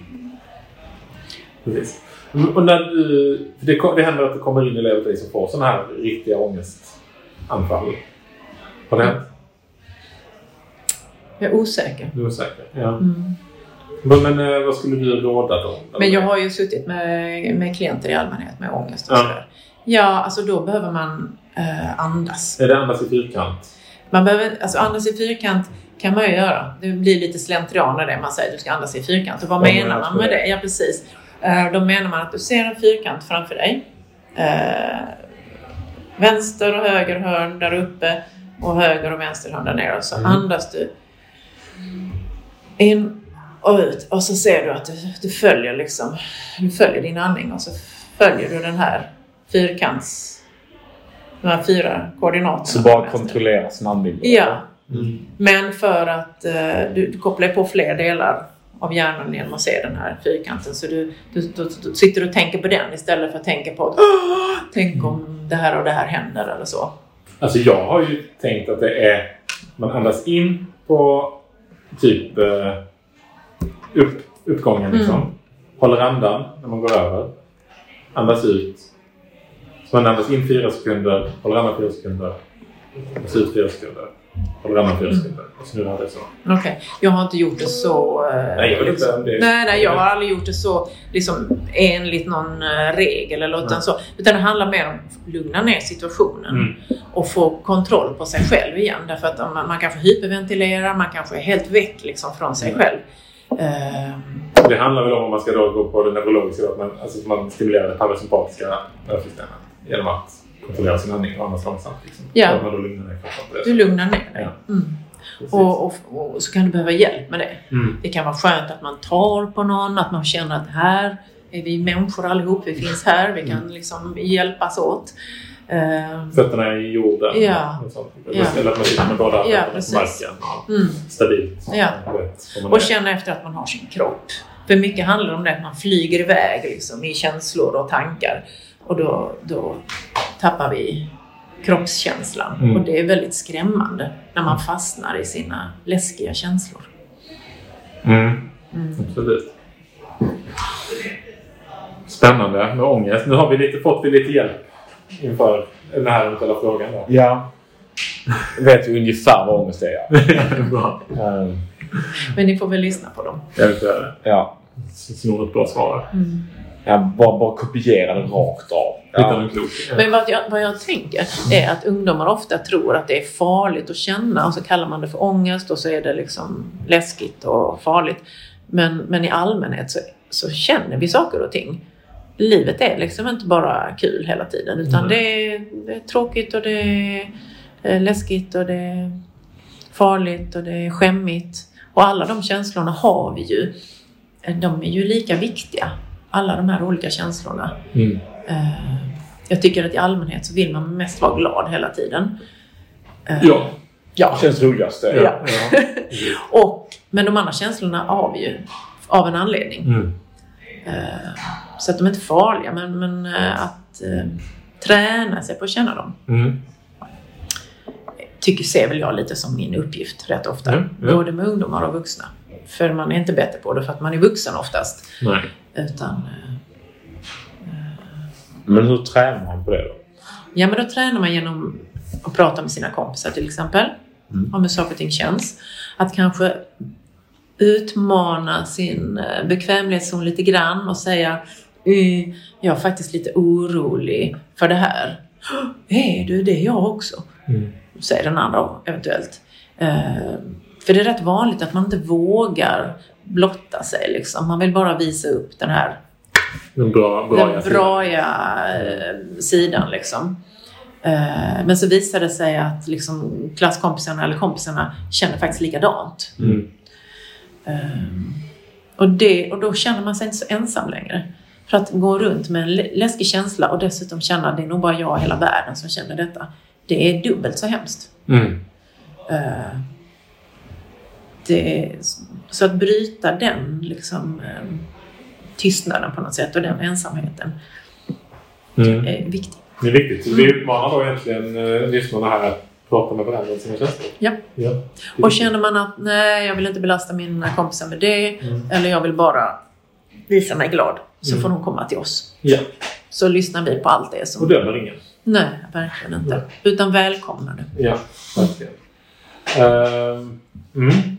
Speaker 2: Precis. Och när du, för det, det händer att det kommer in elever till dig som får sådana här riktiga ångestanfall. Har det hänt?
Speaker 3: Jag är osäker.
Speaker 2: Du är osäker, ja.
Speaker 3: Mm.
Speaker 2: Men, men vad skulle du råda då?
Speaker 3: Men jag har ju suttit med, med klienter i allmänhet med ångest och
Speaker 2: ja.
Speaker 3: sådär. Ja, alltså då behöver man eh, andas.
Speaker 2: Är det andas i fyrkant?
Speaker 3: Man behöver, alltså andas i fyrkant kan man ju göra. Det blir lite slentrian när det man säger att du ska andas i fyrkant. Och vad
Speaker 2: Vad
Speaker 3: menar
Speaker 2: menar
Speaker 3: man
Speaker 2: du
Speaker 3: med
Speaker 2: med
Speaker 3: det? Ja, precis. Eh, då menar man att du ser en fyrkant framför dig. Eh, vänster och höger hörn där uppe och höger och vänster hörn där nere. Och så mm. andas du in och ut. Och så ser du att du, du följer liksom, du följer din andning och så följer du den här fyrkants, de här fyra koordinaterna.
Speaker 1: Så bara kontrollera sin andning.
Speaker 3: Ja.
Speaker 2: Mm.
Speaker 3: Men för att uh, du, du kopplar på fler delar av hjärnan genom att se den här fyrkanten. Så du, du, du, du sitter och tänker på den istället för att tänka på att tänk om det här och det här händer eller så.
Speaker 2: Alltså jag har ju tänkt att det är, man andas in på typ uh, upp, uppgången liksom. Mm. Håller andan när man går över. Andas ut. Så man andas in fyra sekunder, håller andan fyra sekunder. Andas ut fyra sekunder. Håller andan fyra sekunder. Och så nu har det så.
Speaker 3: Okej, okay. Jag har inte gjort det så... Uh,
Speaker 2: nej, jag vill inte
Speaker 3: liksom,
Speaker 2: det.
Speaker 3: Nej, nej, jag har aldrig gjort det så liksom, enligt någon uh, regel eller utan mm. så. Utan det handlar mer om att lugna ner situationen. Mm. Och få kontroll på sig själv igen. Därför att man, man kanske hyperventilerar, man kanske är helt väck liksom, från sig mm. själv. Uh,
Speaker 2: det handlar väl om, om man ska då gå på det neurologiska, att man, alltså, man stimulerar det parasympatiska nervsystemet genom att kontrollera sin andning och andas långsamt. Liksom.
Speaker 3: Ja.
Speaker 2: Så att man då lugnar ner kroppen.
Speaker 3: Du lugnar ner dig. Ja. Mm. Och, och, och så kan du behöva hjälp med det.
Speaker 2: Mm.
Speaker 3: Det kan vara skönt att man tar på någon, att man känner att här är vi människor allihop, vi finns här, vi kan liksom hjälpas åt. Uh,
Speaker 2: Fötterna i jorden.
Speaker 3: Ja.
Speaker 2: Och sånt.
Speaker 3: Ja.
Speaker 2: Eller att man sitter med båda
Speaker 3: ja,
Speaker 2: på marken.
Speaker 3: Mm.
Speaker 2: Stabilt.
Speaker 3: Ja.
Speaker 2: Vet,
Speaker 3: och känna efter att man har sin kropp. För mycket handlar om det att man flyger iväg liksom, i känslor och tankar. Och då, då tappar vi kroppskänslan. Mm. Och det är väldigt skrämmande när man fastnar i sina läskiga känslor.
Speaker 2: Mm. Mm. Absolut. Spännande med ångest. Nu har vi lite, fått vi lite hjälp inför den här eventuella frågan. Då.
Speaker 1: Ja. Vet du ungefär vad ångest är?
Speaker 2: Ja. Bra.
Speaker 1: Um.
Speaker 3: Men ni får väl lyssna på dem.
Speaker 2: Jag vet det.
Speaker 1: Ja.
Speaker 2: Snor ett bra svar.
Speaker 3: Mm.
Speaker 1: Ja, bara, bara kopiera det rakt av.
Speaker 2: Ja. Ja.
Speaker 3: Men vad jag, vad jag tänker är att ungdomar ofta tror att det är farligt att känna. Och så kallar man det för ångest och så är det liksom läskigt och farligt. Men, men i allmänhet så, så känner vi saker och ting. Livet är liksom inte bara kul hela tiden. Utan mm. det, är, det är tråkigt och det är läskigt och det är farligt och det är skämmigt. Och alla de känslorna har vi ju. De är ju lika viktiga. Alla de här olika känslorna.
Speaker 2: Mm.
Speaker 3: Jag tycker att i allmänhet så vill man mest vara glad hela tiden.
Speaker 2: Ja.
Speaker 3: Ja.
Speaker 1: Det känns roligast.
Speaker 3: Ja. Ja. Ja. och, men de andra känslorna har vi ju av en anledning.
Speaker 2: Mm.
Speaker 3: Så att de är inte farliga. Men, men att uh, träna sig på att känna dem.
Speaker 2: Mm.
Speaker 3: Tycker ser väl jag lite som min uppgift rätt ofta.
Speaker 2: Mm. Ja.
Speaker 3: Både med ungdomar och vuxna. För man är inte bättre på det för att man är vuxen oftast.
Speaker 2: Nej.
Speaker 3: Utan... Uh,
Speaker 1: Men hur tränar man på det då?
Speaker 3: Ja, men då tränar man genom att prata med sina kompisar till exempel.
Speaker 1: Mm.
Speaker 3: Om hur saker och ting känns. Att kanske utmana sin bekvämlighetszon lite grann och säga jag är faktiskt lite orolig för det här. Är du det jag också?
Speaker 2: Mm.
Speaker 3: Säger den andra eventuellt. För det är rätt vanligt att man inte vågar blotta sig. Liksom. Man vill bara visa upp den här
Speaker 2: den bra, bra
Speaker 3: den braiga sidan. sidan liksom. Men så visar det sig att liksom, klasskompisarna eller kompisarna känner faktiskt likadant.
Speaker 2: Mm.
Speaker 3: Och, det, och då känner man sig inte så ensam längre. För att gå runt med en läskig känsla och dessutom känna att det är nog bara jag i hela världen som känner detta. Det är dubbelt så hemskt.
Speaker 2: Mm.
Speaker 3: Det, så att bryta den liksom, tystnaden på något sätt och den ensamheten
Speaker 2: mm.
Speaker 3: är viktigt.
Speaker 2: Det är viktigt. Så vi utmanar då egentligen eh, lyssnarna här att prata med varandra om sina känslor.
Speaker 3: Ja.
Speaker 2: ja.
Speaker 3: Och känner man att nej, jag vill inte belasta mina kompisar med det mm. eller jag vill bara visa mig glad så mm. får de komma till oss.
Speaker 2: Ja.
Speaker 3: Så lyssnar vi på allt det som...
Speaker 2: Och dömer ingen.
Speaker 3: Nej, verkligen inte. Nej. Utan välkomnar det.
Speaker 2: Ja, verkligen. Uh, mm.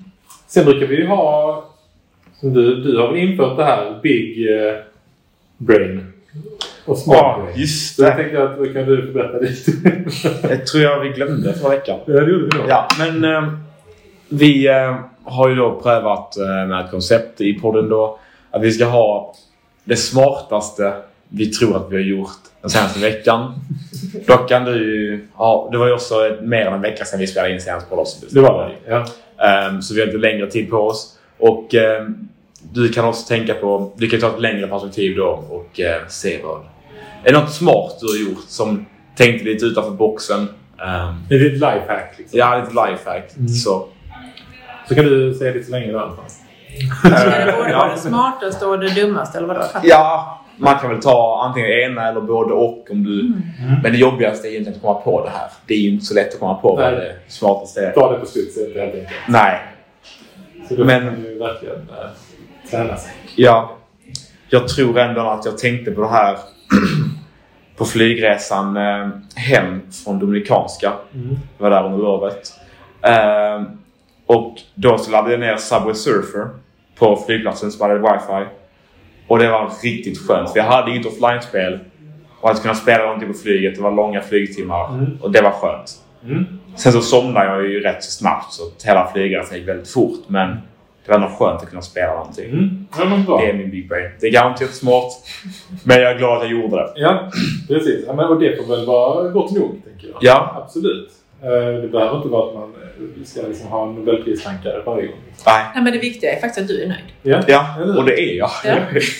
Speaker 2: Sen brukar vi ju ha... Du, du har väl infört det här Big eh, Brain och Small
Speaker 1: Ja,
Speaker 2: Brain.
Speaker 1: just
Speaker 2: Så
Speaker 1: det.
Speaker 2: jag tänkte att då kan du berätta lite.
Speaker 1: Jag tror jag vi glömde förra veckan.
Speaker 2: Ja, det gjorde vi då.
Speaker 1: Ja, men eh, vi eh, har ju då prövat eh, med ett koncept i podden då. Att vi ska ha det smartaste vi tror att vi har gjort den senaste veckan. Då kan du ju... Ja, det var ju också ett, mer än en vecka sedan vi spelade in senast på oss.
Speaker 2: Det var det, ja.
Speaker 1: Um, så vi har lite längre tid på oss. Och um, du kan också tänka på... Du kan ta ett längre perspektiv då och uh, se vad... Är det något smart du har gjort som tänkte lite utanför boxen? Um,
Speaker 2: Det är ett lifehack liksom.
Speaker 1: ja, lite lifehack.
Speaker 2: Mm.
Speaker 1: Så.
Speaker 2: Så kan du säga lite så länge då.
Speaker 3: Ska det både vara det smartaste och det dummaste eller vad det var?
Speaker 1: Ja, man kan väl ta antingen ena eller både och om du...
Speaker 3: Mm.
Speaker 1: Men det jobbigaste är ju inte att komma på det här. Det är ju inte så lätt att komma på vad
Speaker 2: Nej.
Speaker 1: det smartaste är.
Speaker 2: Ta det på slutet helt enkelt.
Speaker 1: Nej.
Speaker 2: Så då
Speaker 1: Men-
Speaker 2: kan du verkligen äh, träna sig.
Speaker 1: Ja, jag tror ändå att jag tänkte på det här på flygresan eh, hem från Dominikanska.
Speaker 2: Mm.
Speaker 1: Jag var där under lovet. Eh, och då så laddade jag ner Subway Surfer på flygplatsen som hade wifi. Och det var riktigt skönt. För jag hade inget offline-spel. Och att kunna spela någonting på flyget. Det var långa flygtimmar.
Speaker 2: Mm.
Speaker 1: Och det var skönt.
Speaker 2: Mm.
Speaker 1: Sen så somnade jag ju rätt så snabbt. Så att hela flygresan gick väldigt fort. Men det var nog skönt att kunna spela någonting.
Speaker 2: Mm. Ja, men bra.
Speaker 1: Det är min big brain. Det är garanterat smart. Men jag är glad att jag gjorde det.
Speaker 2: Ja, precis. Ja, men, och det får väl vara gott nog, tänker jag.
Speaker 1: Ja.
Speaker 2: Absolut. Eh, Det behöver inte vara att man eh, ska liksom ha en Nobelpristankare varje gång.
Speaker 1: Nej.
Speaker 3: Nej, men det viktiga är faktiskt att du är nöjd.
Speaker 2: Ja,
Speaker 1: Ja,
Speaker 2: eller?
Speaker 1: och det är jag.
Speaker 3: Ja.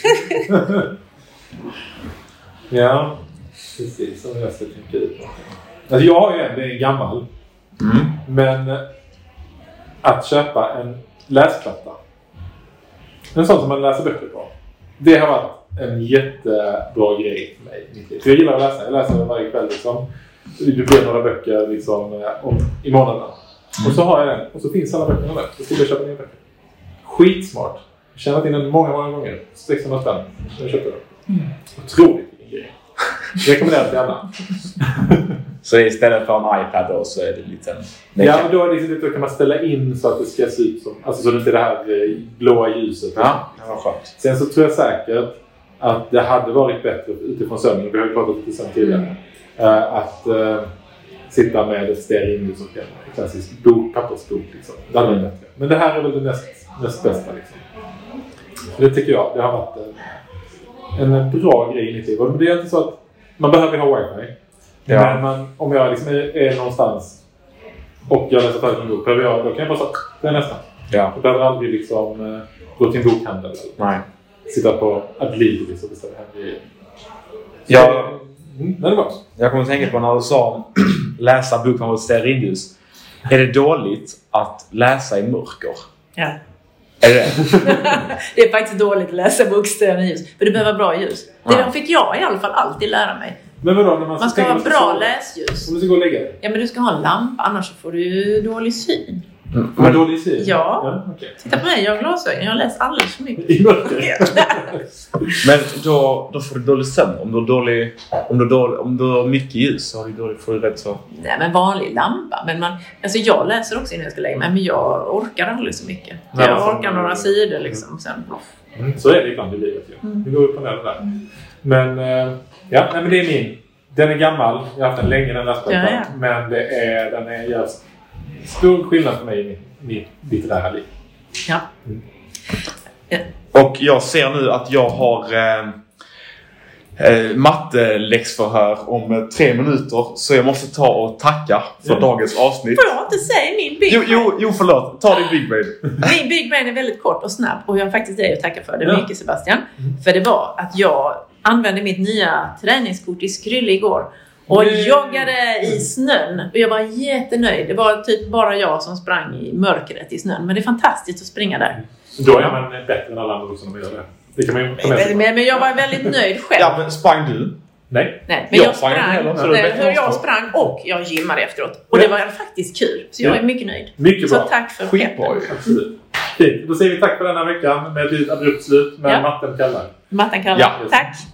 Speaker 2: Ja, precis. Som jag ska tänka ut. Alltså jag har ju en, det är gammal.
Speaker 1: Mm.
Speaker 2: Men eh, att köpa en läsplatta. En sån som man läser böcker på. Det har varit en jättebra grej för mig. För jag gillar att läsa. Jag läser varje kväll liksom. Det blir några böcker liksom, eh, om, i månaden. Och så har jag den. Och så finns alla böckerna där. Så skulle jag köpa nya böcker. Skitsmart. Jag har tjänat in den många, många gånger. sexhundra spänn. Jag köpte den.
Speaker 3: Mm.
Speaker 2: Otroligt vilken grej. Rekommenderar till alla.
Speaker 1: Så istället för en iPad då så är det lite...
Speaker 2: Ja, men då, är det liksom, då kan man ställa in så att det ska se ut som... Alltså så det inte är det här eh, blåa ljuset.
Speaker 1: Ja, det var skönt.
Speaker 2: Sen så tror jag säkert att det hade varit bättre utifrån sömnen. Vi har ju pratat lite sen tidigare.
Speaker 3: Mm.
Speaker 2: Uh, att uh, sitta med ett stearinljus och en klassisk bok, pappersbok. Liksom. Det hade varit
Speaker 1: Mm.
Speaker 2: bättre. Men det här är väl det näst, näst bästa. Liksom. Det tycker jag. Det har varit en, en bra grej i mitt liv. Och det är inte så att man behöver ha wifi.
Speaker 1: Ja.
Speaker 2: Men man, om jag liksom är, är någonstans och jag läser färdigt en bok, behöver jag, då kan jag bara säga det är nästan.
Speaker 1: Ja.
Speaker 2: Jag behöver aldrig liksom, uh, gå till en bokhandel eller
Speaker 1: Nej.
Speaker 2: sitta på Adlibris och beställa hem grejer.
Speaker 1: Ja.
Speaker 2: Mm, det är bra.
Speaker 1: Jag kommer att tänka på när du sa läsa bok med ett stearinljus. Är det dåligt att läsa i mörker?
Speaker 3: Ja.
Speaker 1: Är det det?
Speaker 3: Det är faktiskt dåligt att läsa bokstäver i ljus. För det behöver bra ljus. Det
Speaker 1: Ja.
Speaker 3: fick jag i alla fall alltid lära mig.
Speaker 2: Men vadå, när man,
Speaker 3: Man ska
Speaker 2: tänka
Speaker 3: ha
Speaker 2: på
Speaker 3: bra
Speaker 2: så-
Speaker 3: läsljus.
Speaker 2: Om du ska gå och lägga dig.
Speaker 3: Ja, men du ska ha en lampa, annars får du ju dålig syn.
Speaker 1: Mm.
Speaker 2: Men dålig syn?
Speaker 3: Ja.
Speaker 2: ja okay.
Speaker 3: Titta på mig, jag har glasögon. Jag har läst alldeles för mycket.
Speaker 2: I mörker?
Speaker 1: Men då, då får du dålig sömn. Om du har, dålig, om du har, dålig, om du har mycket ljus så har du dålig, får du rätt så...
Speaker 3: Nej, men vanlig lampa. Men man, alltså jag läser också innan jag ska lägga mig. Men jag orkar aldrig så mycket.
Speaker 2: Nej,
Speaker 3: Jag
Speaker 2: som-
Speaker 3: orkar några sidor liksom. Sen,
Speaker 2: Mm, så är det ibland i livet ju.
Speaker 3: Mm.
Speaker 2: Det går upp och ner där. Men, eh, ja, nej, men det är min. Den är gammal. Jag har haft den länge, den läsplattan.
Speaker 3: Ja, ja.
Speaker 2: Men det är, den är gör stor skillnad för mig i mitt, mitt litterära liv.
Speaker 3: ja.
Speaker 1: Och jag ser nu att jag har eh, eh, matteläxförhör om eh, tre minuter. Så jag måste ta och tacka för
Speaker 2: Ja.
Speaker 1: dagens avsnitt.
Speaker 3: Får jag inte säga min big
Speaker 1: Jo,
Speaker 3: brain?
Speaker 1: jo, jo förlåt. Ta din big brain.
Speaker 3: Min big brain är väldigt kort och snabb. Och jag har faktiskt det att tacka för. Det
Speaker 2: Ja.
Speaker 3: mycket Sebastian. För det var att jag använde mitt nya träningskort i Skrylle igår. Och
Speaker 2: Nej.
Speaker 3: joggade i snön. Och jag var jättenöjd. Det var typ bara jag som sprang i mörkret i snön. Men det är fantastiskt att springa där.
Speaker 2: Då är man bättre än alla andra också när man gör det. Det kan man ju ta med sig.
Speaker 3: Men, men jag var väldigt nöjd själv.
Speaker 1: Ja, men sprang du?
Speaker 2: Nej.
Speaker 3: Nej, men
Speaker 1: Jag
Speaker 3: jag
Speaker 1: sprang
Speaker 3: sprang,
Speaker 1: inte heller, så det är
Speaker 3: nej,
Speaker 1: bättre
Speaker 3: för
Speaker 1: än
Speaker 3: jag
Speaker 1: oss.
Speaker 3: sprang och jag gymmade efteråt. Och det var faktiskt kul. Så jag
Speaker 2: Ja.
Speaker 3: är mycket nöjd.
Speaker 2: Mycket
Speaker 3: Så
Speaker 2: bra.
Speaker 3: tack för
Speaker 1: Skitbra
Speaker 3: peppen.
Speaker 1: ju.
Speaker 2: Absolut. Fint. Då säger vi tack för den här veckan med ett litet abrupt slut. Men
Speaker 3: Ja.
Speaker 2: matten kallar.
Speaker 3: Mattan kallar.
Speaker 1: Ja.
Speaker 3: Tack.